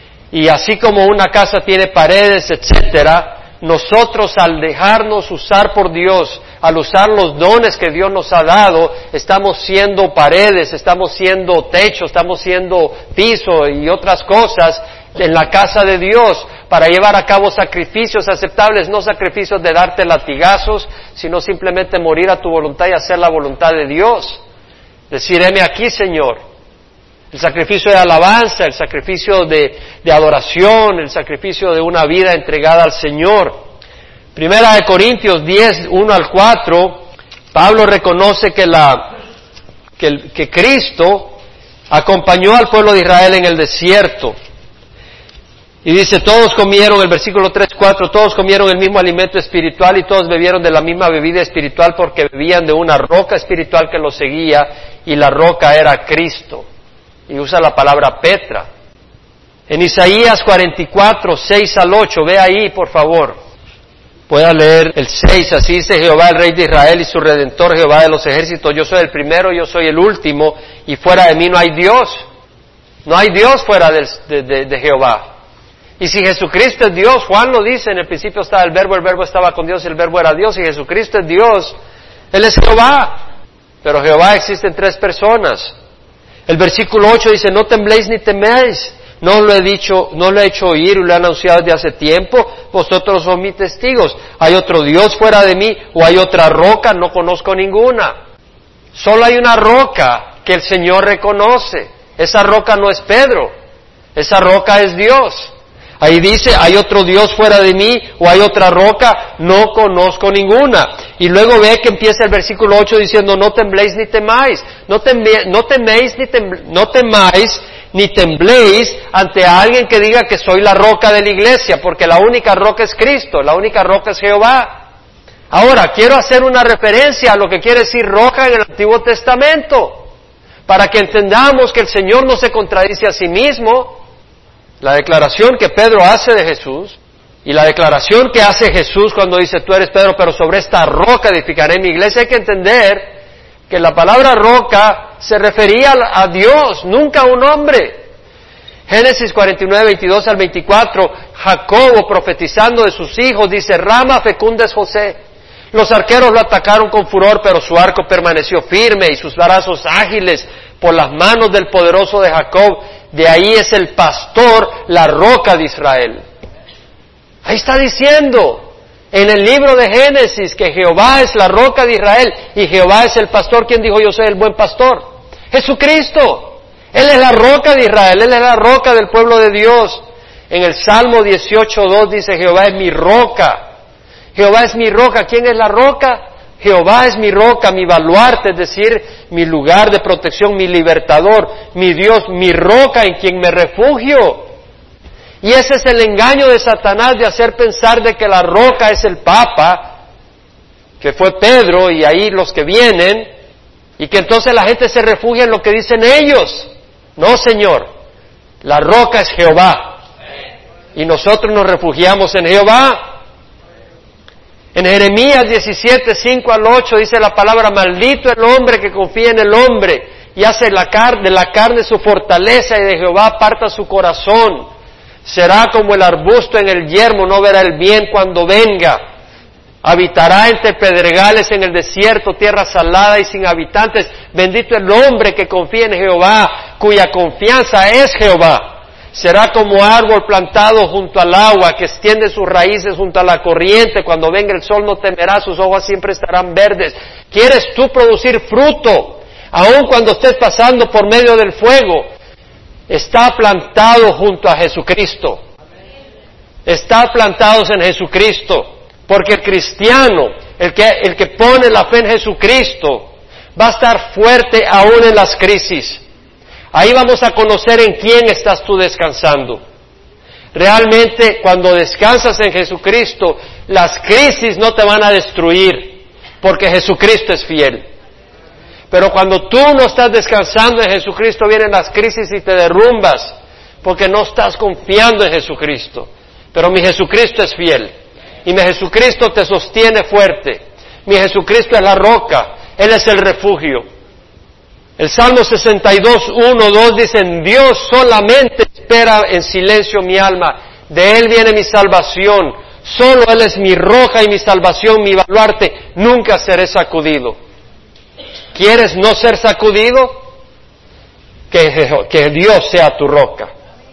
Y así como una casa tiene paredes, etcétera, nosotros al dejarnos usar por Dios, al usar los dones que Dios nos ha dado, estamos siendo paredes, estamos siendo techo, estamos siendo piso y otras cosas en la casa de Dios para llevar a cabo sacrificios aceptables, no sacrificios de darte latigazos, sino simplemente morir a tu voluntad y hacer la voluntad de Dios. Decir, heme aquí, Señor. El sacrificio de alabanza, el sacrificio de, de adoración, el sacrificio de una vida entregada al Señor. Primera de Corintios diez, uno al cuatro, Pablo reconoce que, la, que, el, que Cristo acompañó al pueblo de Israel en el desierto. Y dice, todos comieron, el versículo tres, cuatro, todos comieron el mismo alimento espiritual y todos bebieron de la misma bebida espiritual porque bebían de una roca espiritual que los seguía y la roca era Cristo. Y usa la palabra Petra. En Isaías cuarenta y cuatro, seis al ocho, ve ahí por favor. Pueda leer el seis, así dice Jehová el Rey de Israel y su Redentor, Jehová de los ejércitos, yo soy el primero, yo soy el último, y fuera de mí no hay Dios. No hay Dios fuera de, de, de, de Jehová. Y si Jesucristo es Dios, Juan lo dice, en el principio estaba el verbo, el verbo estaba con Dios y el verbo era Dios, y Jesucristo es Dios, Él es Jehová. Pero Jehová existe en tres personas. El versículo ocho dice, no tembléis ni teméis, no lo he dicho, no lo he hecho oír y lo he anunciado desde hace tiempo, vosotros sois mis testigos. ¿Hay otro Dios fuera de mí o hay otra roca? No conozco ninguna. Solo hay una roca que el Señor reconoce. Esa roca no es Pedro, esa roca es Dios. Ahí dice, ¿hay otro Dios fuera de mí o hay otra roca? No conozco ninguna. Y luego ve que empieza el versículo ocho diciendo, no tembléis ni temáis. No, teme, no teméis ni tem, no temáis ni tembléis ante alguien que diga que soy la roca de la iglesia, porque la única roca es Cristo, la única roca es Jehová. Ahora, quiero hacer una referencia a lo que quiere decir roca en el Antiguo Testamento, para que entendamos que el Señor no se contradice a sí mismo. La declaración que Pedro hace de Jesús y la declaración que hace Jesús cuando dice, tú eres Pedro, pero sobre esta roca edificaré mi iglesia, hay que entender que la palabra roca se refería a Dios, nunca a un hombre. Génesis cuarenta y nueve, veintidós al veinticuatro, Jacobo profetizando de sus hijos dice, rama fecunda es José. Los arqueros lo atacaron con furor, pero su arco permaneció firme y sus brazos ágiles por las manos del poderoso de Jacob. De ahí es el pastor, la roca de Israel. Ahí está diciendo en el libro de Génesis que Jehová es la roca de Israel y Jehová es el pastor. ¿Quién dijo yo soy el buen pastor? Jesucristo. Él es la roca de Israel, Él es la roca del pueblo de Dios. En el Salmo dieciocho dos dice, Jehová es mi roca. Jehová es mi roca. ¿Quién es la roca? Jehová es mi roca, mi baluarte, es decir, mi lugar de protección, mi libertador, mi Dios, mi roca en quien me refugio. Y ese es el engaño de Satanás de hacer pensar de que la roca es el Papa, que fue Pedro y ahí los que vienen, y que entonces la gente se refugia en lo que dicen ellos. No, Señor, la roca es Jehová, y nosotros nos refugiamos en Jehová. En Jeremías diecisiete, cinco al ocho dice la palabra, maldito el hombre que confía en el hombre, y hace la car- de la carne su fortaleza, y de Jehová aparta su corazón. Será como el arbusto en el yermo, no verá el bien cuando venga. Habitará entre pedregales en el desierto, tierra salada y sin habitantes. Bendito el hombre que confía en Jehová, cuya confianza es Jehová. Será como árbol plantado junto al agua, que extiende sus raíces junto a la corriente. Cuando venga el sol no temerá, sus hojas siempre estarán verdes. ¿Quieres tú producir fruto? Aun cuando estés pasando por medio del fuego, está plantado junto a Jesucristo. Está plantados en Jesucristo. Porque el cristiano, el que, el que pone la fe en Jesucristo, va a estar fuerte aún en las crisis. Ahí vamos a conocer en quién estás tú descansando. Realmente, cuando descansas en Jesucristo, las crisis no te van a destruir, porque Jesucristo es fiel. Pero cuando tú no estás descansando en Jesucristo, vienen las crisis y te derrumbas, porque no estás confiando en Jesucristo. Pero mi Jesucristo es fiel. Y mi Jesucristo te sostiene fuerte. Mi Jesucristo es la roca. Él es el refugio. El Salmo sesenta y dos, uno, dos dice, en Dios solamente espera en silencio mi alma. De Él viene mi salvación. Solo Él es mi roca y mi salvación, mi baluarte. Nunca seré sacudido. ¿Quieres no ser sacudido? Que, que Dios sea tu roca.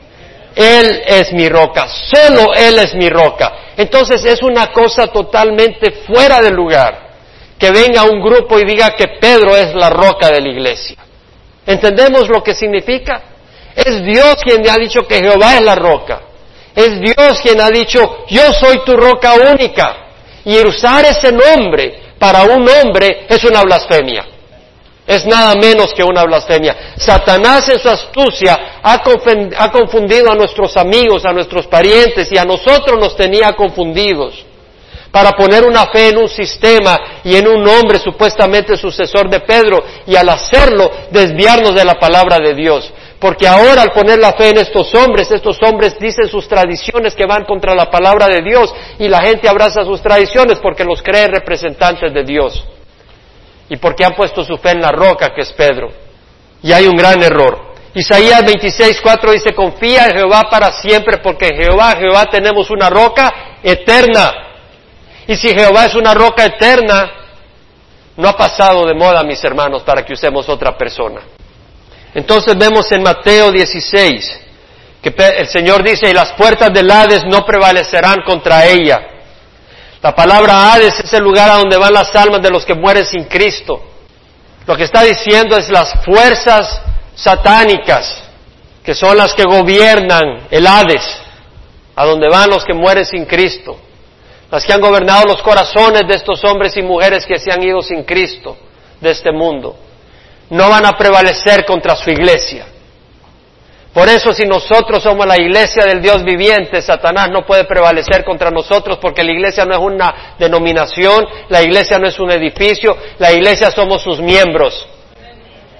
Él es mi roca, solo Él es mi roca. Entonces es una cosa totalmente fuera de lugar que venga un grupo y diga que Pedro es la roca de la iglesia. ¿Entendemos lo que significa? Es Dios quien ha dicho que Jehová es la roca. Es Dios quien ha dicho, yo soy tu roca única. Y usar ese nombre para un hombre es una blasfemia. Es nada menos que una blasfemia. Satanás en su astucia ha confundido a nuestros amigos, a nuestros parientes, y a nosotros nos tenía confundidos para poner una fe en un sistema y en un hombre supuestamente sucesor de Pedro, y al hacerlo desviarnos de la palabra de Dios. Porque ahora al poner la fe en estos hombres, estos hombres dicen sus tradiciones que van contra la palabra de Dios, y la gente abraza sus tradiciones porque los cree representantes de Dios. Y porque han puesto su fe en la roca que es Pedro. Y hay un gran error. Isaías veintiséis, cuatro dice, confía en Jehová para siempre, porque en Jehová, Jehová tenemos una roca eterna. Y si Jehová es una roca eterna, no ha pasado de moda, mis hermanos, para que usemos otra persona. Entonces vemos en Mateo dieciséis, que el Señor dice, y las puertas del Hades no prevalecerán contra ella. La palabra Hades es el lugar a donde van las almas de los que mueren sin Cristo. Lo que está diciendo es las fuerzas satánicas, que son las que gobiernan el Hades, a donde van los que mueren sin Cristo. Las que han gobernado los corazones de estos hombres y mujeres que se han ido sin Cristo de este mundo. No van a prevalecer contra su iglesia. Por eso, si nosotros somos la iglesia del Dios viviente, Satanás no puede prevalecer contra nosotros, porque la iglesia no es una denominación, la iglesia no es un edificio, la iglesia somos sus miembros.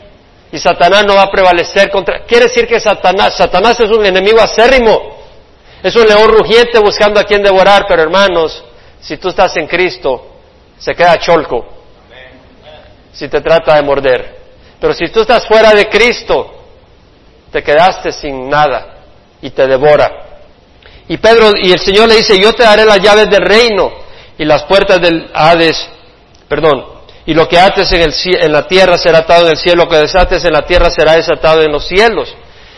y Satanás no va a prevalecer contra... Quiere decir que Satanás, Satanás es un enemigo acérrimo, es un león rugiente buscando a quien devorar, pero hermanos, si tú estás en Cristo, se queda cholco, si te trata de morder. Pero si tú estás fuera de Cristo, te quedaste sin nada y te devora. Y Pedro, y el Señor le dice, yo te daré las llaves del reino y las puertas del Hades, perdón, y lo que ates en, el, en la tierra será atado en el cielo, lo que desates en la tierra será desatado en los cielos.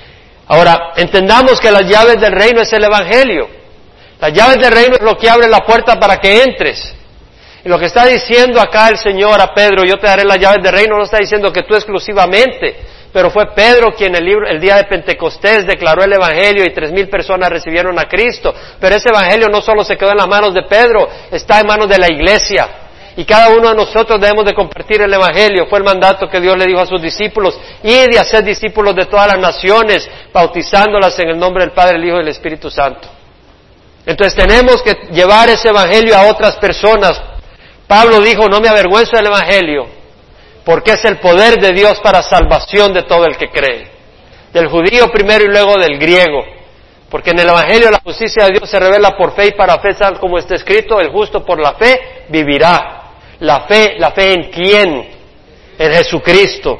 Ahora, entendamos que las llaves del reino es el Evangelio. Las llaves del reino es lo que abre la puerta para que entres. Y lo que está diciendo acá el Señor a Pedro, yo te daré las llaves del reino, no está diciendo que tú exclusivamente, pero fue Pedro quien el, libro, el día de Pentecostés declaró el Evangelio y tres mil personas recibieron a Cristo. Pero ese Evangelio no solo se quedó en las manos de Pedro, está en manos de la iglesia. Y cada uno de nosotros debemos de compartir el Evangelio. Fue el mandato que Dios le dijo a sus discípulos, id y haced discípulos de todas las naciones, bautizándolas en el nombre del Padre, el Hijo y el Espíritu Santo. Entonces tenemos que llevar ese Evangelio a otras personas. Pablo dijo, no me avergüenzo del Evangelio, porque es el poder de Dios para salvación de todo el que cree. Del judío primero y luego del griego. Porque en el Evangelio la justicia de Dios se revela por fe y para fe, como está escrito, el justo por la fe vivirá. La fe, ¿la fe en quién? En Jesucristo.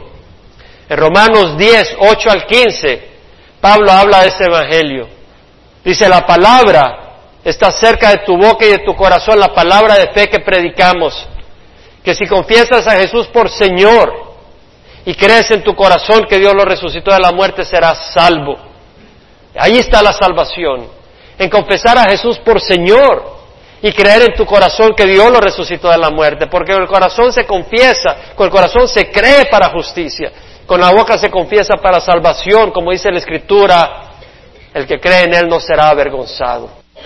En Romanos diez, ocho al quince, Pablo habla de ese Evangelio. Dice, la palabra está cerca de tu boca y de tu corazón, la palabra de fe que predicamos. Que si confiesas a Jesús por Señor y crees en tu corazón que Dios lo resucitó de la muerte, serás salvo. Ahí está la salvación, en confesar a Jesús por Señor y creer en tu corazón que Dios lo resucitó de la muerte, porque con el corazón se confiesa, con el corazón se cree para justicia, con la boca se confiesa para salvación, como dice la Escritura, el que cree en Él no será avergonzado.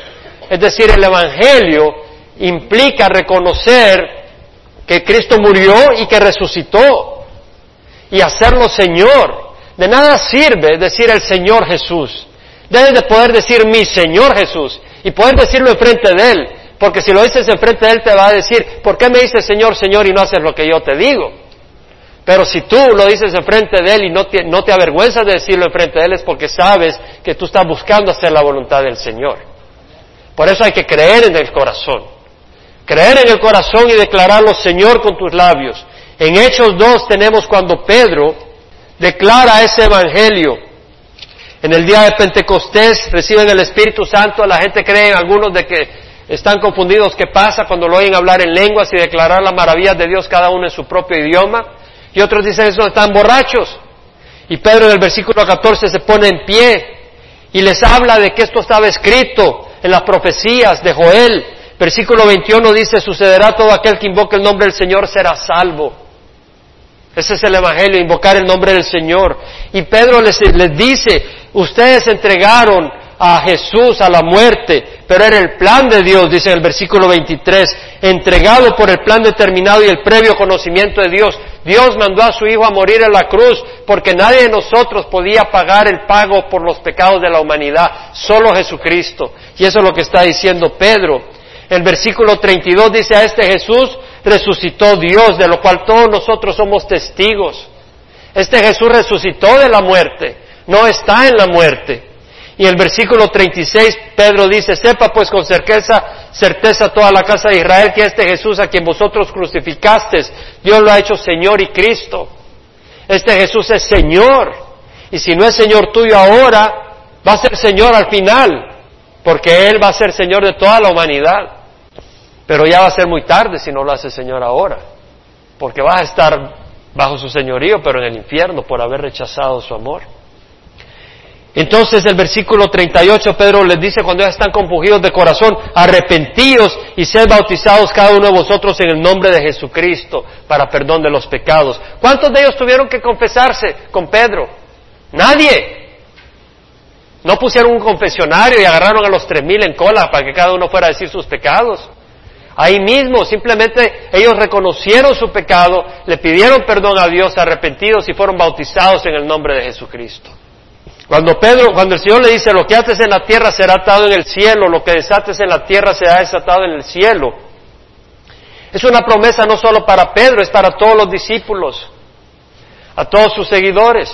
Es decir, el Evangelio implica reconocer que Cristo murió y que resucitó, y hacerlo Señor. De nada sirve decir el Señor Jesús. Debes de poder decir mi Señor Jesús, y poder decirlo enfrente de Él, porque si lo dices enfrente de Él te va a decir, ¿por qué me dices Señor, Señor y no haces lo que yo te digo? Pero si tú lo dices enfrente de Él y no te, no te avergüenzas de decirlo enfrente de Él, es porque sabes que tú estás buscando hacer la voluntad del Señor. Por eso hay que creer en el corazón. Creer en el corazón y declararlo Señor con tus labios. En Hechos dos tenemos cuando Pedro declara ese Evangelio. En el día de Pentecostés reciben el Espíritu Santo, la gente cree en algunos de que están confundidos qué pasa cuando lo oyen hablar en lenguas y declarar las maravillas de Dios cada uno en su propio idioma. Y otros dicen eso, están borrachos. Y Pedro en el versículo catorce se pone en pie y les habla de que esto estaba escrito en las profecías de Joel. Versículo veintiuno dice, sucederá todo aquel que invoque el nombre del Señor será salvo. Ese es el Evangelio, invocar el nombre del Señor. Y Pedro les, les dice, ustedes entregaron a Jesús a la muerte, pero era el plan de Dios, dice en el versículo veintitrés, entregado por el plan determinado y el previo conocimiento de Dios. Dios mandó a su Hijo a morir en la cruz, porque nadie de nosotros podía pagar el pago por los pecados de la humanidad, solo Jesucristo. Y eso es lo que está diciendo Pedro. El versículo treinta y dos dice, a este Jesús resucitó Dios, de lo cual todos nosotros somos testigos. Este Jesús resucitó de la muerte, no está en la muerte. Y en el versículo treinta y seis, Pedro dice, sepa pues con certeza, certeza toda la casa de Israel que este Jesús a quien vosotros crucificasteis, Dios lo ha hecho Señor y Cristo. Este Jesús es Señor, y si no es Señor tuyo ahora, va a ser Señor al final, porque Él va a ser Señor de toda la humanidad. Pero ya va a ser muy tarde si no lo hace Señor ahora, porque vas a estar bajo su señorío, pero en el infierno por haber rechazado su amor. Entonces el versículo treinta y ocho, Pedro les dice cuando ya están compungidos de corazón, arrepentíos y sed bautizados cada uno de vosotros en el nombre de Jesucristo para perdón de los pecados. ¿Cuántos de ellos tuvieron que confesarse con Pedro? Nadie. No pusieron un confesionario y agarraron a los tres mil en cola para que cada uno fuera a decir sus pecados. Ahí mismo, simplemente ellos reconocieron su pecado, le pidieron perdón a Dios, arrepentidos y fueron bautizados en el nombre de Jesucristo. Cuando Pedro, cuando el Señor le dice, lo que ates en la tierra será atado en el cielo, lo que desates en la tierra será desatado en el cielo. Es una promesa no solo para Pedro, es para todos los discípulos. a todos sus seguidores.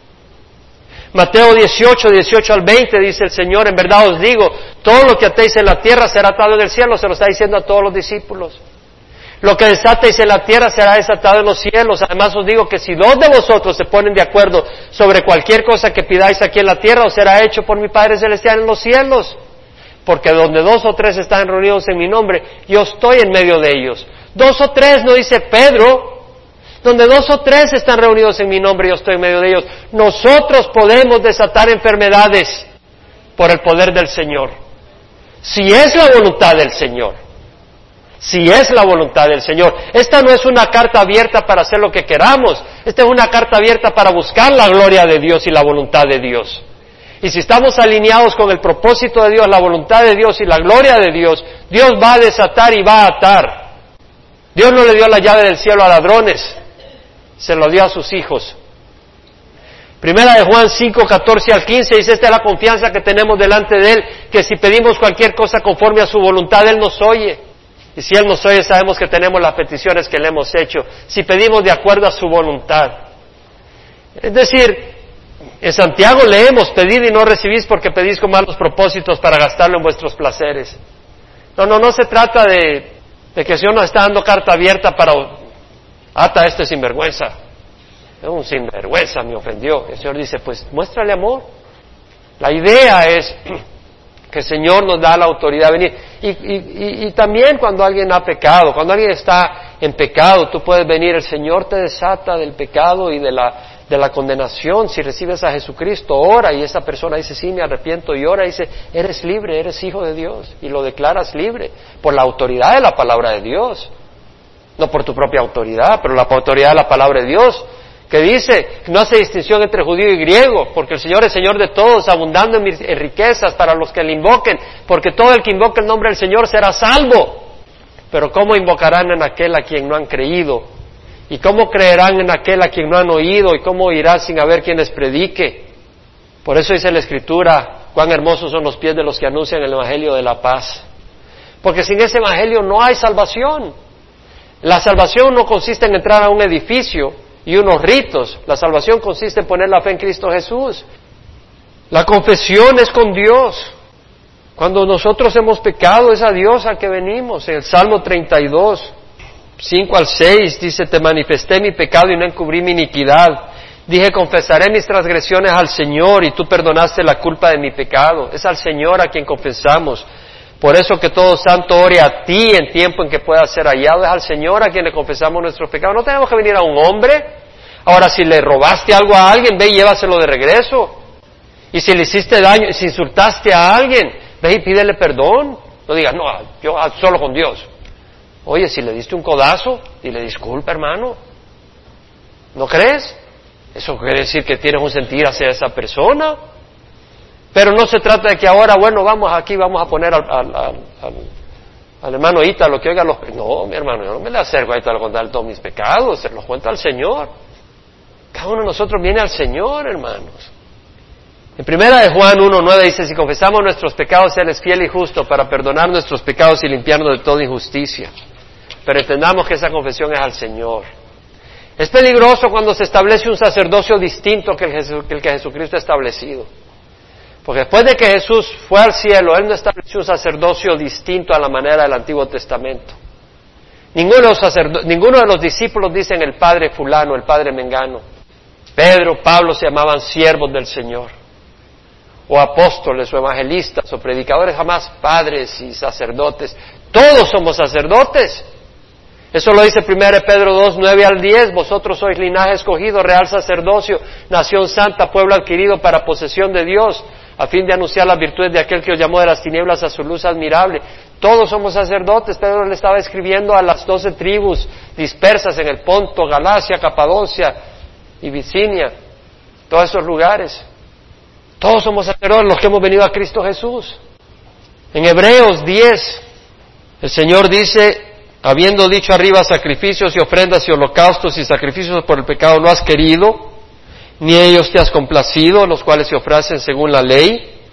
Mateo dieciocho, dieciocho al veinte dice el Señor, en verdad os digo, todo lo que atéis en la tierra será atado en el cielo, se lo está diciendo a todos los discípulos. Lo que desatéis en la tierra será desatado en los cielos. Además os digo que si dos de vosotros se ponen de acuerdo sobre cualquier cosa que pidáis aquí en la tierra, os será hecho por mi Padre Celestial en los cielos. Porque donde dos o tres están reunidos en mi nombre, yo estoy en medio de ellos. Dos o tres, no dice Pedro, donde dos o tres están reunidos en mi nombre, yo estoy en medio de ellos. Nosotros podemos desatar enfermedades por el poder del Señor. Si es la voluntad del Señor. Si es la voluntad del Señor. Esta no es una carta abierta para hacer lo que queramos. Esta es una carta abierta para buscar la gloria de Dios y la voluntad de Dios. Y si estamos alineados con el propósito de Dios, la voluntad de Dios y la gloria de Dios, Dios va a desatar y va a atar. Dios no le dio la llave del cielo a ladrones, se lo dio a sus hijos. Primera de Juan cinco, catorce al quince dice, esta es la confianza que tenemos delante de Él, que si pedimos cualquier cosa conforme a su voluntad, Él nos oye. Y si Él nos oye, sabemos que tenemos las peticiones que le hemos hecho, si pedimos de acuerdo a su voluntad. Es decir, en Santiago leemos, pedid y no recibís porque pedís con malos propósitos para gastarlo en vuestros placeres. No, no, no se trata de, de que el Señor nos está dando carta abierta para, ata a este sinvergüenza. Es un sinvergüenza, me ofendió. El Señor dice, pues muéstrale amor. La idea es que el Señor nos da la autoridad de venir. Y, y, y, y también cuando alguien ha pecado, cuando alguien está en pecado, tú puedes venir, el Señor te desata del pecado y de la, de la condenación. Si recibes a Jesucristo, ora y esa persona dice, sí, me arrepiento, y ora y dice, eres libre, eres hijo de Dios, y lo declaras libre por la autoridad de la palabra de Dios. No por tu propia autoridad, pero la autoridad de la palabra de Dios, que dice, no hace distinción entre judío y griego, porque el Señor es Señor de todos, abundando en, en riquezas para los que le invoquen, porque todo el que invoque el nombre del Señor será salvo. Pero ¿cómo invocarán en aquel a quien no han creído? ¿Y cómo creerán en aquel a quien no han oído? ¿Y cómo irán sin haber quien les predique? Por eso dice la Escritura, cuán hermosos son los pies de los que anuncian el Evangelio de la paz. Porque sin ese Evangelio no hay salvación. La salvación no consiste en entrar a un edificio y unos ritos. La salvación consiste en poner la fe en Cristo Jesús. La confesión es con Dios. Cuando nosotros hemos pecado, es a Dios al que venimos. En el Salmo treinta y dos, cinco al seis, dice, te manifesté mi pecado y no encubrí mi iniquidad. Dije, confesaré mis transgresiones al Señor y tú perdonaste la culpa de mi pecado. Es al Señor a quien confesamos. Por eso que todo santo ore a ti en tiempo en que pueda ser hallado. Es al Señor a quien le confesamos nuestros pecados. No tenemos que venir a un hombre. Ahora, si le robaste algo a alguien, ve y llévaselo de regreso. Y si le hiciste daño, si insultaste a alguien, ve y pídele perdón. No digas, no, yo solo con Dios. Oye, si le diste un codazo, dile disculpa, hermano. ¿No crees? Eso quiere decir que tienes un sentir hacia esa persona. Pero no se trata de que ahora, bueno, vamos aquí, vamos a poner al, al, al, al, al hermano Ítalo que oiga los... No, mi hermano, yo no me le acerco a Ítalo a contar todos mis pecados, se los cuenta al Señor. Cada uno de nosotros viene al Señor, hermanos. En primera de Juan uno nueve dice, si confesamos nuestros pecados, Él es fiel y justo para perdonar nuestros pecados y limpiarnos de toda injusticia. Pero entendamos que esa confesión es al Señor. Es peligroso cuando se establece un sacerdocio distinto que el, Jesu, que el que Jesucristo ha establecido. Porque después de que Jesús fue al cielo, Él no estableció un sacerdocio distinto a la manera del Antiguo Testamento. Ninguno de los, sacerdo- ninguno de los discípulos dicen el Padre fulano, el Padre mengano. Pedro, Pablo se llamaban siervos del Señor. O apóstoles, o evangelistas, o predicadores, jamás padres y sacerdotes. Todos somos sacerdotes. Eso lo dice primera de Pedro dos, nueve al diez. Vosotros sois linaje escogido, real sacerdocio, nación santa, pueblo adquirido para posesión de Dios, a fin de anunciar las virtudes de aquel que os llamó de las tinieblas a su luz admirable. Todos somos sacerdotes. Pedro le estaba escribiendo a las doce tribus dispersas en el Ponto, Galacia, Capadocia y Bicinia, todos esos lugares. Todos somos sacerdotes los que hemos venido a Cristo Jesús. En Hebreos diez, el Señor dice, habiendo dicho arriba sacrificios y ofrendas y holocaustos y sacrificios por el pecado no has querido, ni ellos te has complacido, los cuales se ofrecen según la ley.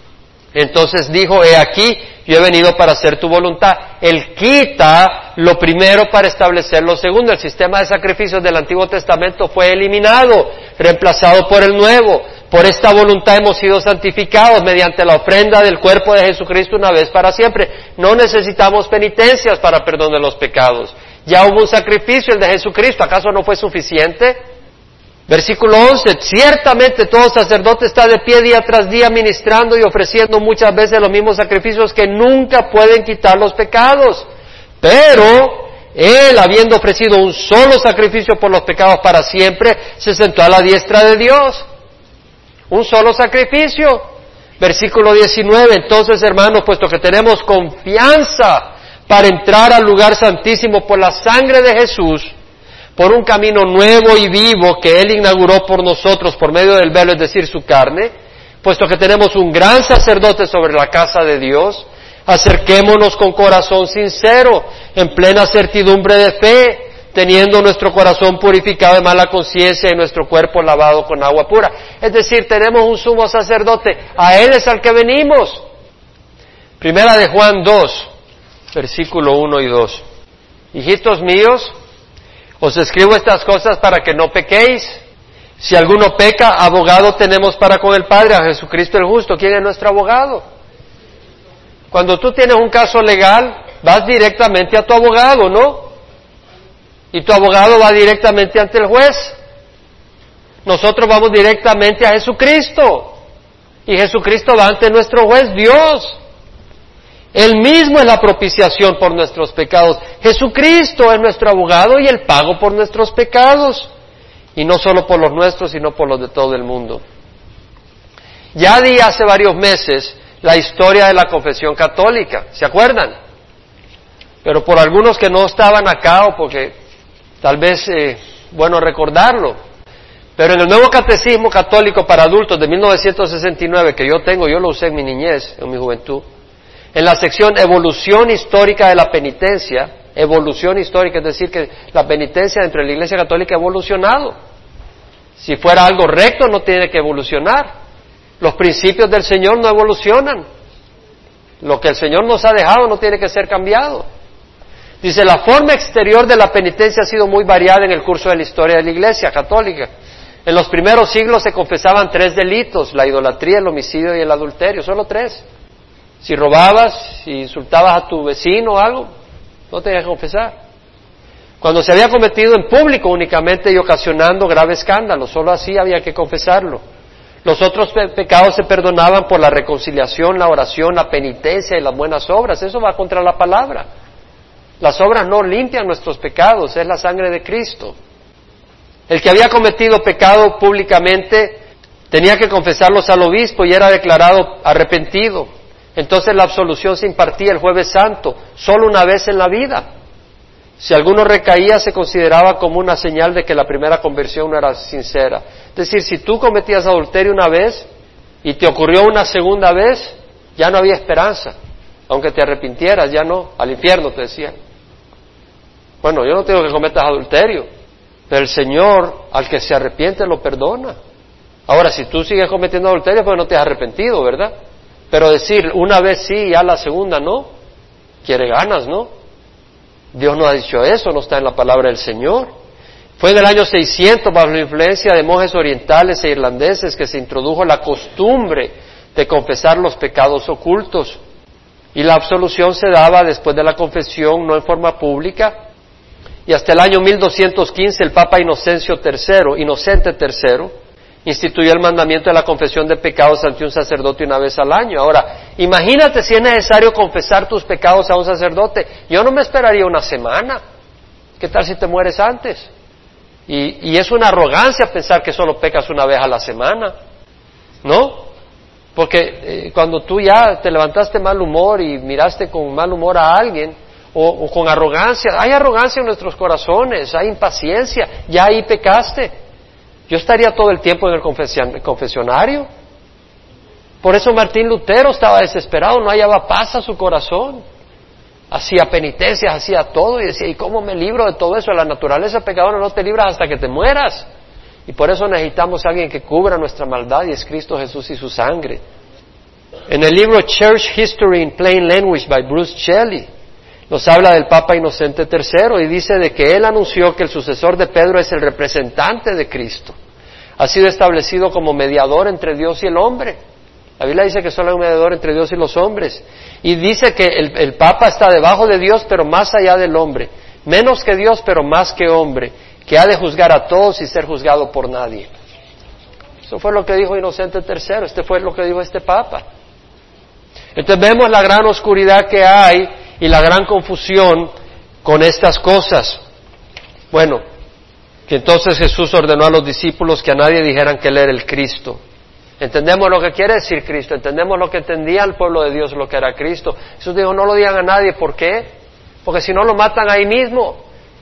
Entonces dijo, he aquí, yo he venido para hacer tu voluntad. Él quita lo primero para establecer lo segundo. El sistema de sacrificios del Antiguo Testamento fue eliminado, reemplazado por el nuevo. Por esta voluntad hemos sido santificados mediante la ofrenda del cuerpo de Jesucristo una vez para siempre. No necesitamos penitencias para perdón de los pecados. Ya hubo un sacrificio, el de Jesucristo. ¿Acaso no fue suficiente? Versículo once, ciertamente todo sacerdote está de pie día tras día ministrando y ofreciendo muchas veces los mismos sacrificios que nunca pueden quitar los pecados. Pero él, habiendo ofrecido un solo sacrificio por los pecados para siempre, se sentó a la diestra de Dios. Un solo sacrificio. Versículo diecinueve, entonces hermanos, puesto que tenemos confianza para entrar al lugar santísimo por la sangre de Jesús, por un camino nuevo y vivo que Él inauguró por nosotros por medio del velo, es decir, su carne, puesto que tenemos un gran sacerdote sobre la casa de Dios, acerquémonos con corazón sincero, en plena certidumbre de fe, teniendo nuestro corazón purificado de mala conciencia y nuestro cuerpo lavado con agua pura. Es decir, tenemos un sumo sacerdote, a Él es al que venimos. Primera de Juan dos, versículo uno y dos. Hijitos míos, os escribo estas cosas para que no pequéis. Si alguno peca, abogado tenemos para con el Padre, a Jesucristo el justo. ¿Quién es nuestro abogado? Cuando tú tienes un caso legal, vas directamente a tu abogado, ¿no? Y tu abogado va directamente ante el juez. Nosotros vamos directamente a Jesucristo. Y Jesucristo va ante nuestro juez, Dios. Él mismo es la propiciación por nuestros pecados. Jesucristo es nuestro abogado y el pago por nuestros pecados. Y no solo por los nuestros, sino por los de todo el mundo. Ya di hace varios meses la historia de la confesión católica, ¿se acuerdan? Pero por algunos que no estaban acá o porque tal vez, eh, bueno recordarlo, pero en el nuevo catecismo católico para adultos de mil novecientos sesenta y nueve, que yo tengo, yo lo usé en mi niñez, en mi juventud, en la sección Evolución Histórica de la Penitencia, evolución histórica, es decir, que la penitencia dentro de la Iglesia Católica ha evolucionado. Si fuera algo recto, no tiene que evolucionar. Los principios del Señor no evolucionan. Lo que el Señor nos ha dejado no tiene que ser cambiado. Dice, la forma exterior de la penitencia ha sido muy variada en el curso de la historia de la Iglesia Católica. En los primeros siglos se confesaban tres delitos: la idolatría, el homicidio y el adulterio, solo tres. Si robabas, si insultabas a tu vecino o algo, no tenías que confesar. Cuando se había cometido en público únicamente y ocasionando grave escándalo, solo así había que confesarlo. Los otros pe- pecados se perdonaban por la reconciliación, la oración, la penitencia y las buenas obras. Eso va contra la palabra. Las obras no limpian nuestros pecados, es la sangre de Cristo. El que había cometido pecado públicamente tenía que confesarlos al obispo y era declarado arrepentido. Entonces la absolución se impartía el Jueves Santo, solo una vez en la vida. Si alguno recaía, se consideraba como una señal de que la primera conversión no era sincera. Es decir, si tú cometías adulterio una vez y te ocurrió una segunda vez, ya no había esperanza. Aunque te arrepintieras, ya no, al infierno te decían. Bueno, yo no tengo que cometas adulterio, pero el Señor, al que se arrepiente, lo perdona. Ahora, si tú sigues cometiendo adulterio, pues no te has arrepentido, ¿verdad? Pero decir una vez sí y ya la segunda no, quiere ganas, ¿no? Dios no ha dicho eso, no está en la palabra del Señor. Fue en el año seiscientos, bajo la influencia de monjes orientales e irlandeses, que se introdujo la costumbre de confesar los pecados ocultos. Y la absolución se daba después de la confesión, no en forma pública. Y hasta el año mil doscientos quince, el Papa Inocencio tercero, Inocente tercero, instituyó el mandamiento de la confesión de pecados ante un sacerdote una vez al año. Ahora, imagínate si es necesario confesar tus pecados a un sacerdote. Yo no me esperaría una semana. ¿Qué tal si te mueres antes? Y, y es una arrogancia pensar que solo pecas una vez a la semana, ¿no? Porque eh, cuando tú ya te levantaste mal humor y miraste con mal humor a alguien, o, o con arrogancia, hay arrogancia en nuestros corazones, hay impaciencia, ya ahí pecaste. Yo estaría todo el tiempo en el confesionario. Por eso Martín Lutero estaba desesperado, no hallaba paz a su corazón. Hacía penitencias, hacía todo y decía, ¿y cómo me libro de todo eso? La naturaleza pecadora no te libras hasta que te mueras. Y por eso necesitamos a alguien que cubra nuestra maldad y es Cristo Jesús y su sangre. En el libro Church History in Plain Language by Bruce Shelley, nos habla del Papa Inocente tercero y dice de que él anunció que el sucesor de Pedro es el representante de Cristo. Ha sido establecido como mediador entre Dios y el hombre. La Biblia dice que solo hay un mediador entre Dios y los hombres. Y dice que el, el Papa está debajo de Dios, pero más allá del hombre. Menos que Dios, pero más que hombre, que ha de juzgar a todos y ser juzgado por nadie. Eso fue lo que dijo Inocente tercero, este fue lo que dijo este Papa. Entonces vemos la gran oscuridad que hay y la gran confusión con estas cosas. Bueno, que entonces Jesús ordenó a los discípulos que a nadie dijeran que Él era el Cristo. Entendemos lo que quiere decir Cristo, entendemos lo que entendía el pueblo de Dios, lo que era Cristo. Jesús dijo, no lo digan a nadie, ¿por qué? Porque si no lo matan ahí mismo.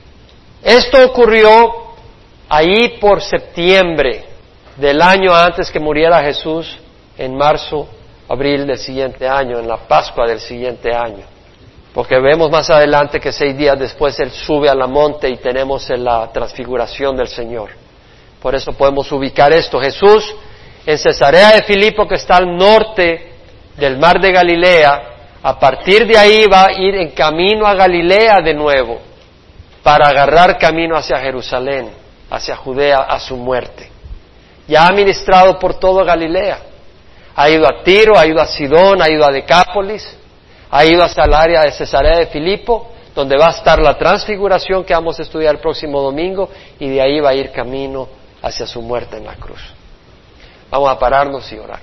Esto ocurrió ahí por septiembre del año antes que muriera Jesús, en marzo, abril del siguiente año, en la Pascua del siguiente año. Porque vemos más adelante que seis días después Él sube a la monte y tenemos la transfiguración del Señor. Por eso podemos ubicar esto. Jesús en Cesarea de Filipo, que está al norte del mar de Galilea, a partir de ahí va a ir en camino a Galilea de nuevo, para agarrar camino hacia Jerusalén, hacia Judea, a su muerte. Ya ha ministrado por todo Galilea. Ha ido a Tiro, ha ido a Sidón, ha ido a Decápolis, ha ido hasta el área de Cesarea de Filipo, donde va a estar la transfiguración que vamos a estudiar el próximo domingo, y de ahí va a ir camino hacia su muerte en la cruz. Vamos a pararnos y orar.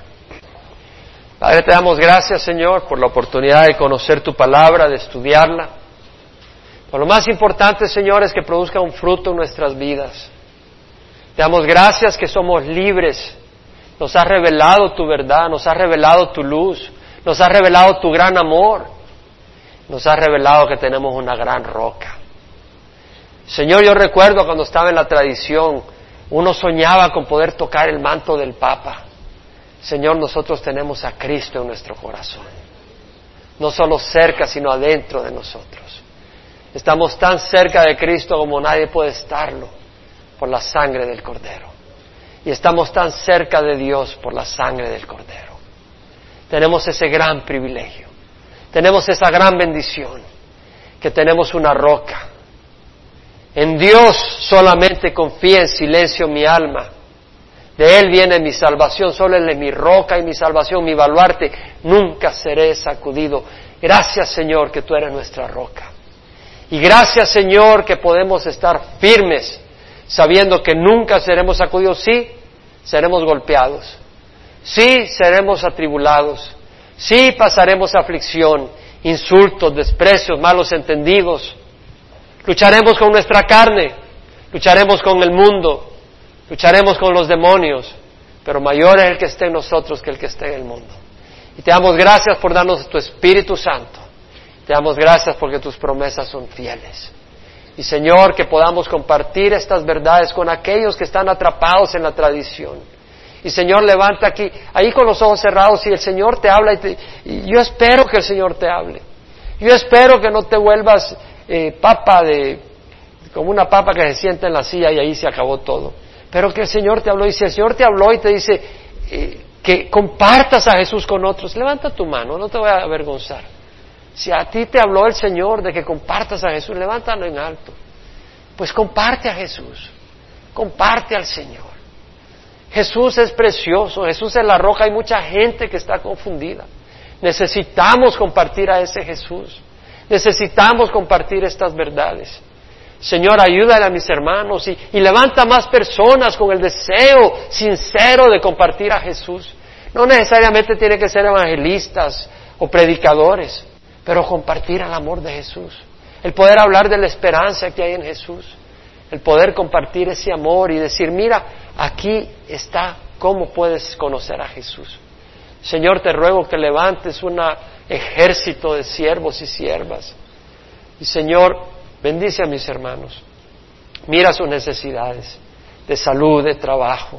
Padre, te damos gracias, Señor, por la oportunidad de conocer tu palabra, de estudiarla. Pero lo más importante, Señor, es que produzca un fruto en nuestras vidas. Te damos gracias que somos libres. Nos has revelado tu verdad, nos has revelado tu luz, nos has revelado tu gran amor, nos has revelado que tenemos una gran roca. Señor, yo recuerdo cuando estaba en la tradición, uno soñaba con poder tocar el manto del Papa. Señor, nosotros tenemos a Cristo en nuestro corazón, no solo cerca, sino adentro de nosotros. Estamos tan cerca de Cristo como nadie puede estarlo, por la sangre del Cordero. Y estamos tan cerca de Dios por la sangre del Cordero. Tenemos ese gran privilegio, tenemos esa gran bendición, que tenemos una roca. En Dios solamente confía en silencio mi alma. De Él viene mi salvación, solo Él es mi roca y mi salvación, mi baluarte. Nunca seré sacudido. Gracias, Señor, que tú eres nuestra roca. Y gracias, Señor, que podemos estar firmes, sabiendo que nunca seremos sacudidos. Sí, seremos golpeados. Sí, seremos atribulados. Sí, pasaremos aflicción, insultos, desprecios, malos entendidos. Lucharemos con nuestra carne, lucharemos con el mundo, lucharemos con los demonios, pero mayor es el que esté en nosotros que el que esté en el mundo. Y te damos gracias por darnos tu Espíritu Santo. Te damos gracias porque tus promesas son fieles. Y Señor, que podamos compartir estas verdades con aquellos que están atrapados en la tradición. Y Señor, levanta aquí, ahí con los ojos cerrados, y el Señor te habla, y, te, y yo espero que el Señor te hable. Yo espero que no te vuelvas eh, papa de, como una papa que se sienta en la silla y ahí se acabó todo. Pero que el Señor te habló, y si el Señor te habló y te dice eh, que compartas a Jesús con otros, levanta tu mano, no te voy a avergonzar. Si a ti te habló el Señor de que compartas a Jesús, levántalo en alto. Pues comparte a Jesús, comparte al Señor. Jesús es precioso, Jesús es la roca, hay mucha gente que está confundida. Necesitamos compartir a ese Jesús, necesitamos compartir estas verdades. Señor, ayúdale a mis hermanos y, y levanta más personas con el deseo sincero de compartir a Jesús. No necesariamente tiene que ser evangelistas o predicadores, pero compartir el amor de Jesús, el poder hablar de la esperanza que hay en Jesús, el poder compartir ese amor y decir, mira, aquí está cómo puedes conocer a Jesús. Señor, te ruego que levantes un ejército de siervos y siervas. Y Señor, bendice a mis hermanos. Mira sus necesidades de salud, de trabajo.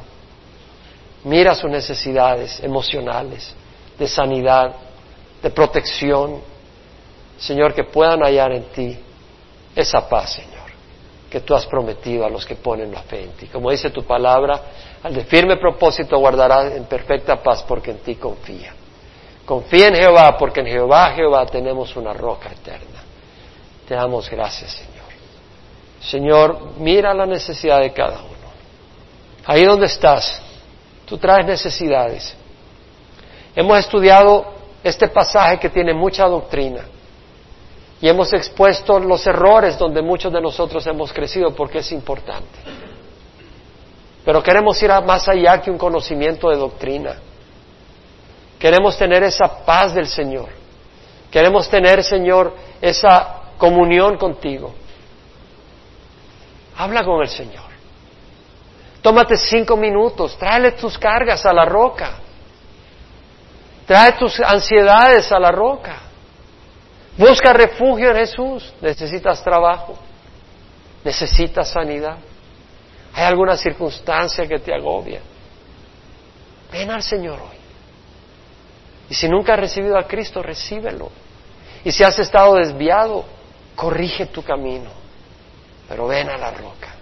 Mira sus necesidades emocionales, de sanidad, de protección. Señor, que puedan hallar en ti esa paz, Señor, que tú has prometido a los que ponen la fe en ti. Como dice tu palabra, al de firme propósito guardará en perfecta paz porque en ti confía. Confía en Jehová, porque en Jehová, Jehová, tenemos una roca eterna. Te damos gracias, Señor. Señor, mira la necesidad de cada uno. Ahí donde estás, tú traes necesidades. Hemos estudiado este pasaje que tiene mucha doctrina y hemos expuesto los errores donde muchos de nosotros hemos crecido porque es importante. Pero queremos ir a más allá que un conocimiento de doctrina. Queremos tener esa paz del Señor. Queremos tener, Señor, esa comunión contigo. Habla con el Señor. Tómate cinco minutos, tráele tus cargas a la roca. Trae tus ansiedades a la roca. Busca refugio en Jesús. Necesitas trabajo. Necesitas sanidad. ¿Hay alguna circunstancia que te agobia? Ven al Señor hoy. Y si nunca has recibido a Cristo, recíbelo. Y si has estado desviado, corrige tu camino. Pero ven a la roca.